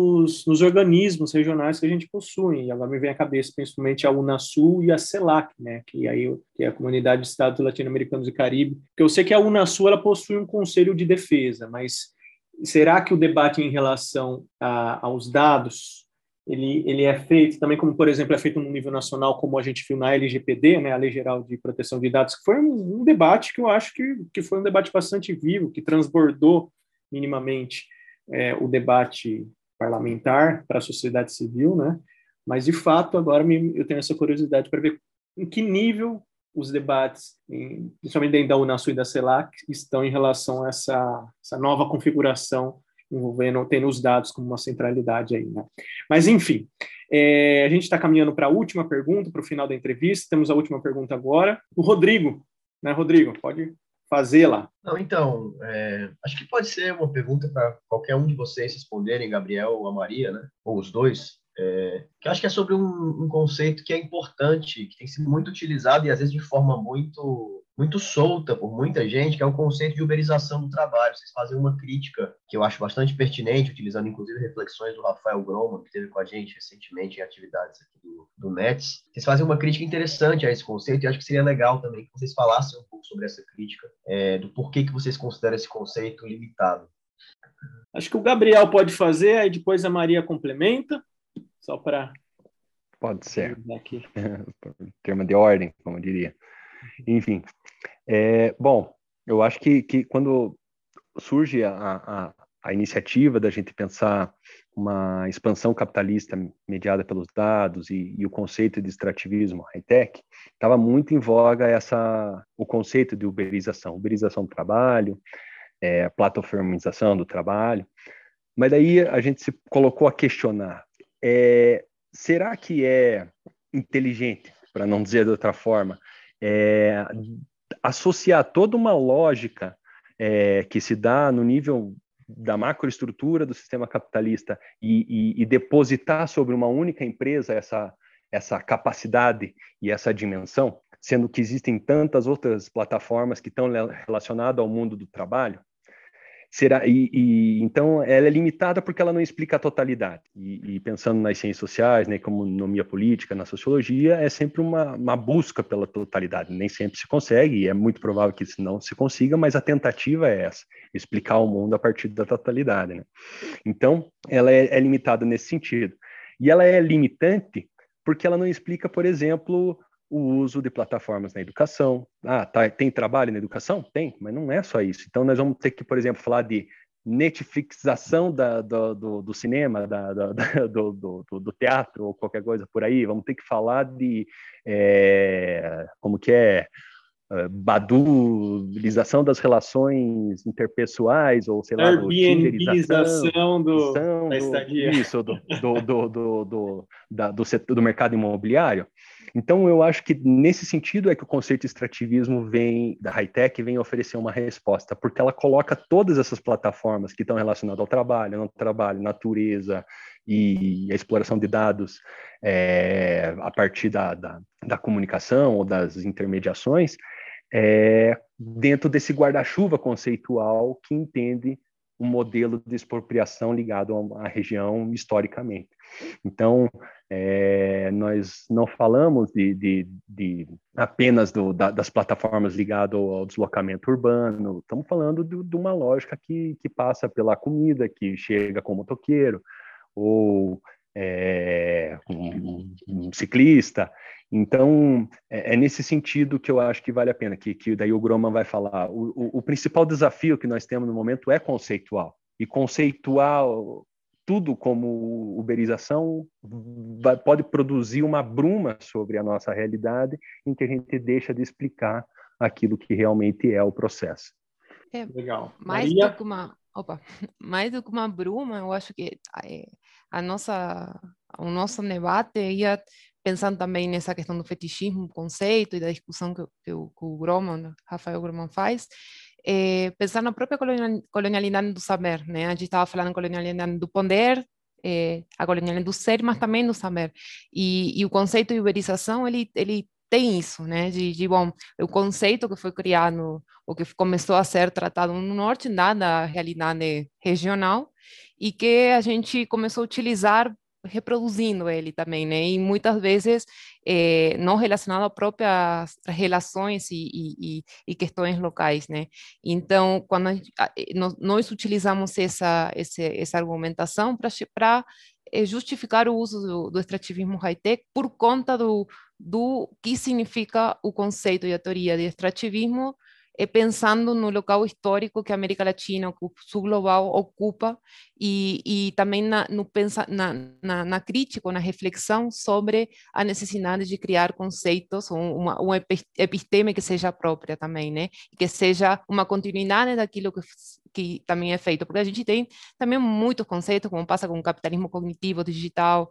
nos organismos regionais que a gente possui. E agora me vem à cabeça principalmente a Unasul e a CELAC, né, que é a Comunidade de Estados Latino-Americanos e Caribe. Porque eu sei que a Unasul ela possui um conselho de defesa, mas será que o debate em relação aos dados ele é feito também, como, por exemplo, é feito no nível nacional, como a gente viu na LGPD, né, a Lei Geral de Proteção de Dados, que foi um debate que eu acho que foi um debate bastante vivo, que transbordou minimamente o debate parlamentar para a sociedade civil, né? Mas, de fato, agora eu tenho essa curiosidade para ver em que nível os debates, principalmente dentro da Unasul e da CELAC, estão em relação a essa nova configuração tendo os dados como uma centralidade aí, né? Mas, enfim, a gente está caminhando para a última pergunta, para o final da entrevista. Temos a última pergunta agora. O Rodrigo, né, Rodrigo? Pode fazê-la. Não, então, acho que pode ser uma pergunta para qualquer um de vocês responderem, Gabriel ou a Maria, né? Ou os dois. Que acho que é sobre um conceito que é importante, que tem sido muito utilizado e às vezes de forma muito solta por muita gente, que é o conceito de uberização do trabalho. Vocês fazem uma crítica que eu acho bastante pertinente, utilizando inclusive reflexões do Rafael Groman, que esteve com a gente recentemente em atividades aqui do NETS. Vocês fazem uma crítica interessante a esse conceito e acho que seria legal também que vocês falassem um pouco sobre essa crítica, do porquê que vocês consideram esse conceito limitado. Acho que o Gabriel pode fazer, aí depois a Maria complementa. Só para... Pode ser. Termo de ordem, como eu diria. Enfim. Bom, eu acho que quando surge a iniciativa da gente pensar uma expansão capitalista mediada pelos dados e o conceito de extrativismo high-tech, estava muito em voga o conceito de uberização do trabalho, plataformização do trabalho. Mas daí a gente se colocou a questionar, será que é inteligente, para não dizer de outra forma, associar toda uma lógica que se dá no nível da macroestrutura do sistema capitalista e depositar sobre uma única empresa essa capacidade e essa dimensão, sendo que existem tantas outras plataformas que estão relacionadas ao mundo do trabalho? Então, ela é limitada porque ela não explica a totalidade. E pensando nas ciências sociais, né, como economia política, na sociologia, é sempre uma busca pela totalidade. Nem sempre se consegue, e é muito provável que isso não se consiga, mas a tentativa é essa, explicar o mundo a partir da totalidade, né? Então, ela é limitada nesse sentido. E ela é limitante porque ela não explica, por exemplo, o uso de plataformas na educação. Tem trabalho na educação? Tem, mas não é só isso. Então, nós vamos ter que, por exemplo, falar de Netflixização do cinema, do teatro ou qualquer coisa por aí. Vamos ter que falar de como que é badulização das relações interpessoais, ou sei lá, do Airbnbização da estadia. Isso, do setor do mercado imobiliário. Então, eu acho que nesse sentido é que o conceito de extrativismo da high-tech vem oferecer uma resposta, porque ela coloca todas essas plataformas que estão relacionadas ao trabalho, não trabalho, natureza e a exploração de dados a partir da comunicação ou das intermediações, dentro desse guarda-chuva conceitual que entende um modelo de expropriação ligado à região historicamente. Então, nós não falamos de apenas das plataformas ligadas ao deslocamento urbano, estamos falando de uma lógica que passa pela comida, que chega com o motoqueiro, ou um ciclista. Então, é nesse sentido que eu acho que vale a pena, que daí o Groman vai falar. O principal desafio que nós temos no momento é conceitual. E conceitual tudo como uberização pode produzir uma bruma sobre a nossa realidade, em que a gente deixa de explicar aquilo que realmente é o processo. Legal. Mais do que uma bruma, eu acho que o nosso debate ia pensando também nessa questão do fetichismo, conceito e da discussão que o Groman, Rafael Groman faz, pensar na própria colonialidade do saber, né? A gente estava falando colonialidade do poder, a colonialidade do ser, mas também do saber. E o conceito de uberização, ele tem isso, né? Bom, o conceito que foi criado, ou que começou a ser tratado no norte, da realidade regional, e que a gente começou a utilizar reproduzindo ele também, né? E muitas vezes não relacionado a próprias relações e questões locais, né? Então, quando nós utilizamos essa argumentação para justificar o uso do extrativismo high-tech por conta do que significa o conceito e a teoria de extrativismo, pensando no local histórico que a América Latina, o sul global ocupa, e também na crítica, na reflexão sobre a necessidade de criar conceitos, uma episteme que seja própria também, né? Que seja uma continuidade daquilo que também é feito, porque a gente tem também muitos conceitos, como passa com o capitalismo cognitivo, digital,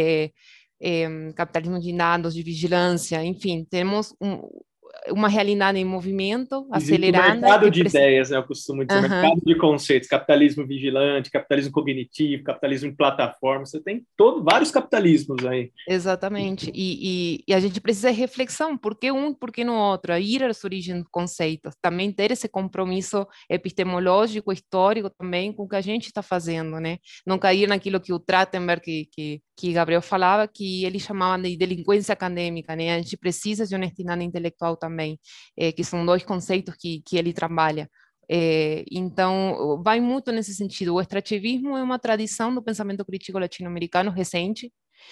capitalismo de dados, de vigilância, enfim, temos uma realidade em movimento, acelerando. O mercado de ideias, né? Eu costumo dizer, mercado de conceitos, capitalismo vigilante, capitalismo cognitivo, capitalismo em plataforma, você tem vários capitalismos aí. Exatamente, e a gente precisa de reflexão, por que por que no outro, ir às origens dos conceitos, também ter esse compromisso epistemológico, histórico também com o que a gente está fazendo, né? Não cair naquilo que o Trachtenberg, que Gabriel falava, que ele chamava de delinquência acadêmica, né? A gente precisa de honestidade intelectual também, que são dois conceitos que ele trabalha. Então, vai muito nesse sentido. O extrativismo é uma tradição do pensamento crítico latino-americano recente,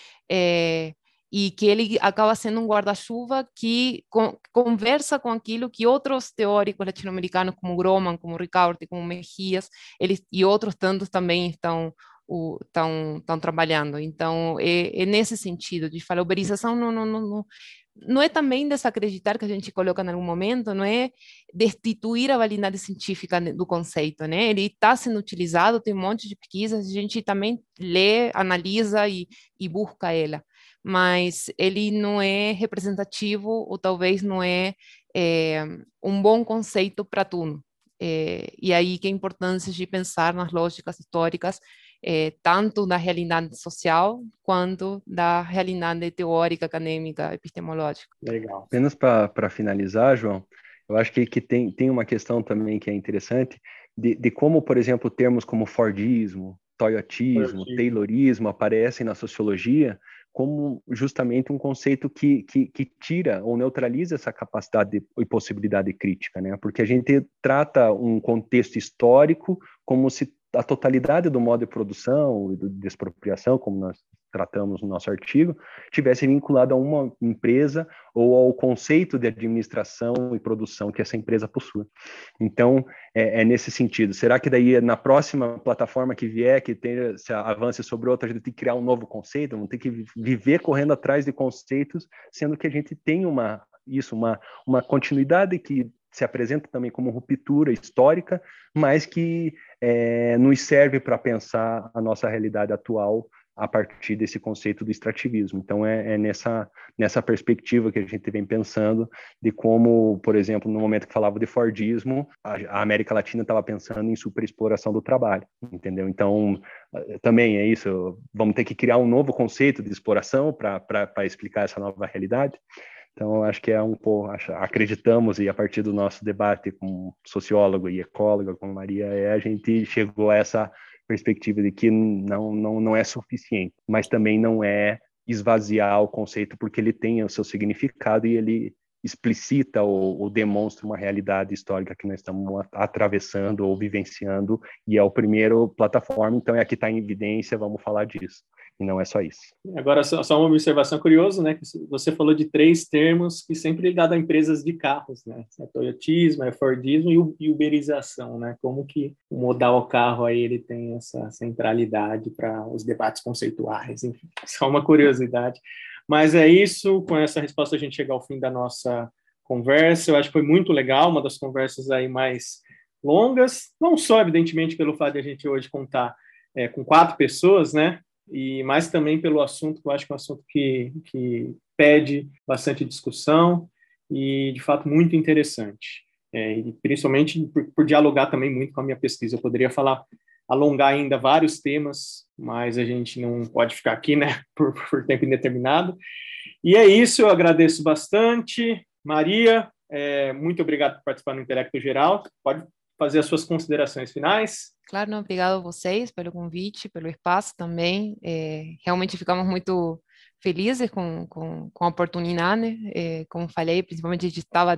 e que ele acaba sendo um guarda-chuva que conversa com aquilo que outros teóricos latino-americanos, como Groman, como Ricaurte, como Mejias, e outros tantos também estão trabalhando. Então, é nesse sentido, de falar, uberização não é também desacreditar que a gente coloca em algum momento, não é destituir a validade científica do conceito, né? Ele está sendo utilizado, tem um monte de pesquisas, a gente também lê, analisa e busca ela, mas ele não é representativo, ou talvez não é um bom conceito para tudo. E aí que a importância de pensar nas lógicas históricas, tanto da realidade social quanto da realidade teórica, acadêmica, epistemológica. Legal. Apenas para finalizar, João, eu acho que tem uma questão também que é interessante, de como, por exemplo, termos como Fordismo, Toyotismo, Taylorismo aparecem na sociologia como justamente um conceito que tira ou neutraliza essa capacidade e possibilidade crítica, né? Porque a gente trata um contexto histórico como se a totalidade do modo de produção e de expropriação, como nós tratamos no nosso artigo, tivesse vinculado a uma empresa ou ao conceito de administração e produção que essa empresa possui. Então, é nesse sentido. Será que daí, na próxima plataforma que vier, que tenha, se avance sobre outra, a gente tem que criar um novo conceito, vamos ter que viver correndo atrás de conceitos, sendo que a gente tem uma continuidade que se apresenta também como ruptura histórica, mas que nos serve para pensar a nossa realidade atual a partir desse conceito do extrativismo. Então, é nessa perspectiva que a gente vem pensando de como, por exemplo, no momento que falava de Fordismo, a América Latina estava pensando em superexploração do trabalho, entendeu? Então, também é isso, vamos ter que criar um novo conceito de exploração para explicar essa nova realidade. Então, acho que acreditamos, e a partir do nosso debate com sociólogo e ecóloga, como Maria, a gente chegou a essa perspectiva de que não é suficiente, mas também não é esvaziar o conceito, porque ele tem o seu significado e ele explicita ou demonstra uma realidade histórica que nós estamos atravessando ou vivenciando, e é o primeiro plataforma, então é aqui está em evidência, vamos falar disso. E não é só isso. Agora, só uma observação curiosa, né? Que você falou de 3 termos que sempre ligados a empresas de carros, né? É toyotismo, é Fordismo e uberização, né? Como que o modal carro aí ele tem essa centralidade para os debates conceituais, enfim. Só uma curiosidade. Mas é isso, com essa resposta a gente chega ao fim da nossa conversa. Eu acho que foi muito legal, uma das conversas aí mais longas, não só, evidentemente, pelo fato de a gente hoje contar com 4 pessoas, né? Mas também pelo assunto, que eu acho que é um assunto que pede bastante discussão e, de fato, muito interessante. E principalmente por dialogar também muito com a minha pesquisa. Eu poderia alongar ainda vários temas, mas a gente não pode ficar aqui, né, por tempo indeterminado. E é isso, eu agradeço bastante. Maria, muito obrigado por participar no Intelecto Geral. Pode fazer as suas considerações finais. Claro, não, obrigado a vocês pelo convite, pelo espaço também. Realmente ficamos muito felizes com a oportunidade, né? Como falei, principalmente a gente estava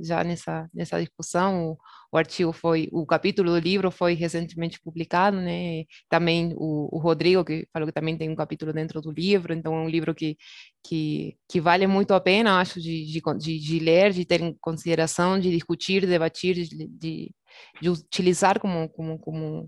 nessa discussão. O artigo o capítulo do livro foi recentemente publicado, né? Também o Rodrigo, que falou que também tem um capítulo dentro do livro, então é um livro que vale muito a pena, acho, de ler, de ter em consideração, de discutir, de debater, de utilizar como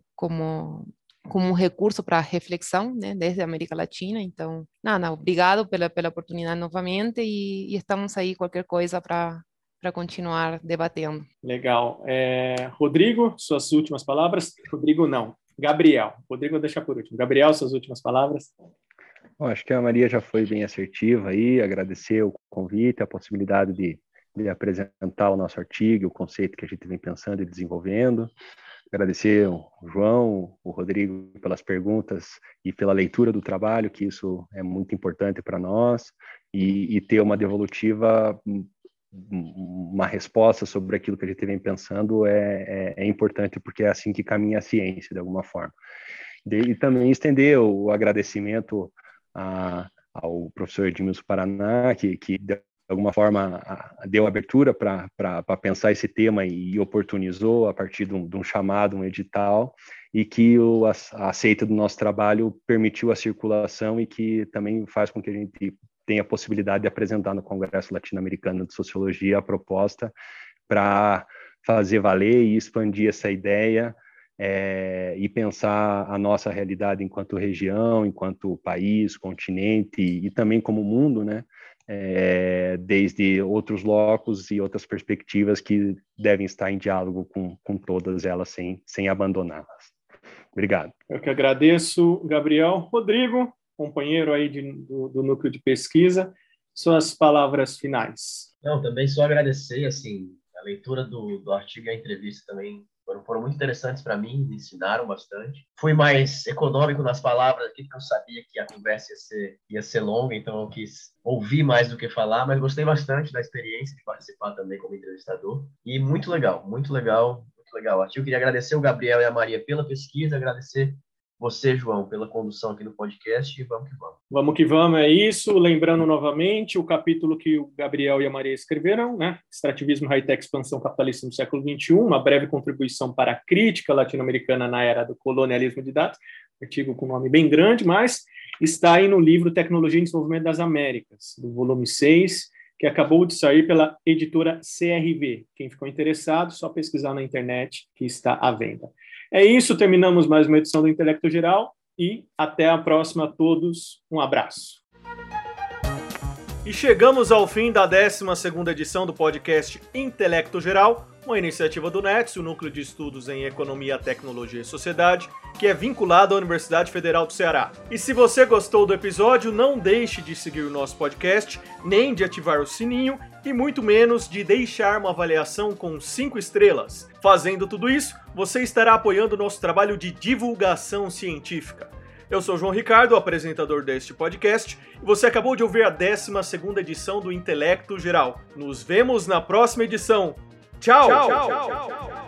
um recurso para reflexão, né, desde a América Latina. Então, nada, obrigado pela oportunidade novamente e estamos aí qualquer coisa para continuar debatendo. Legal. Rodrigo, suas últimas palavras? Rodrigo, não. Gabriel. Rodrigo, vou deixar por último. Gabriel, suas últimas palavras? Bom, acho que a Maria já foi bem assertiva aí, agradecer o convite, a possibilidade de apresentar o nosso artigo, o conceito que a gente vem pensando e desenvolvendo. Agradecer o João, o Rodrigo pelas perguntas e pela leitura do trabalho, que isso é muito importante para nós, e ter uma devolutiva, uma resposta sobre aquilo que a gente vem pensando é importante, porque é assim que caminha a ciência, de alguma forma. E também estender o agradecimento ao professor Edmilson Paraná, que de alguma forma deu abertura para pensar esse tema e oportunizou a partir de um chamado, um edital, e que a aceita do nosso trabalho permitiu a circulação e que também faz com que a gente tenha a possibilidade de apresentar no Congresso Latino-Americano de Sociologia a proposta para fazer valer e expandir essa ideia e pensar a nossa realidade enquanto região, enquanto país, continente e também como mundo, né? Desde outros locos e outras perspectivas que devem estar em diálogo com todas elas sem abandoná-las. Obrigado. Eu que agradeço, Gabriel. Rodrigo, companheiro aí do núcleo de pesquisa, suas palavras finais. Não, também só agradecer, assim, a leitura do artigo e a entrevista também foram muito interessantes para mim, me ensinaram bastante. Fui mais econômico nas palavras aqui, porque eu sabia que a conversa ia ser longa, então eu quis ouvir mais do que falar, mas gostei bastante da experiência de participar também como entrevistador. E muito legal, muito legal, muito legal. Eu queria agradecer o Gabriel e a Maria pela pesquisa, agradecer você, João, pela condução aqui no podcast, e vamos que vamos. Vamos que vamos, é isso. Lembrando novamente o capítulo que o Gabriel e a Maria escreveram, né? Extrativismo, High-Tech, Expansão Capitalista no século XXI, uma breve contribuição para a crítica latino-americana na era do colonialismo de dados, artigo com nome bem grande, mas está aí no livro Tecnologia e Desenvolvimento das Américas, do volume 6, que acabou de sair pela editora CRV. Quem ficou interessado, só pesquisar na internet que está à venda. É isso, terminamos mais uma edição do Intelecto Geral e até a próxima a todos. Um abraço. E chegamos ao fim da 12ª edição do podcast Intelecto Geral, uma iniciativa do NETS, o Núcleo de Estudos em Economia, Tecnologia e Sociedade, que é vinculado à Universidade Federal do Ceará. E se você gostou do episódio, não deixe de seguir o nosso podcast, nem de ativar o sininho e muito menos de deixar uma avaliação com 5 estrelas. Fazendo tudo isso, você estará apoiando o nosso trabalho de divulgação científica. Eu sou João Ricardo, apresentador deste podcast, e você acabou de ouvir a 12ª edição do Intelecto Geral. Nos vemos na próxima edição. Tchau!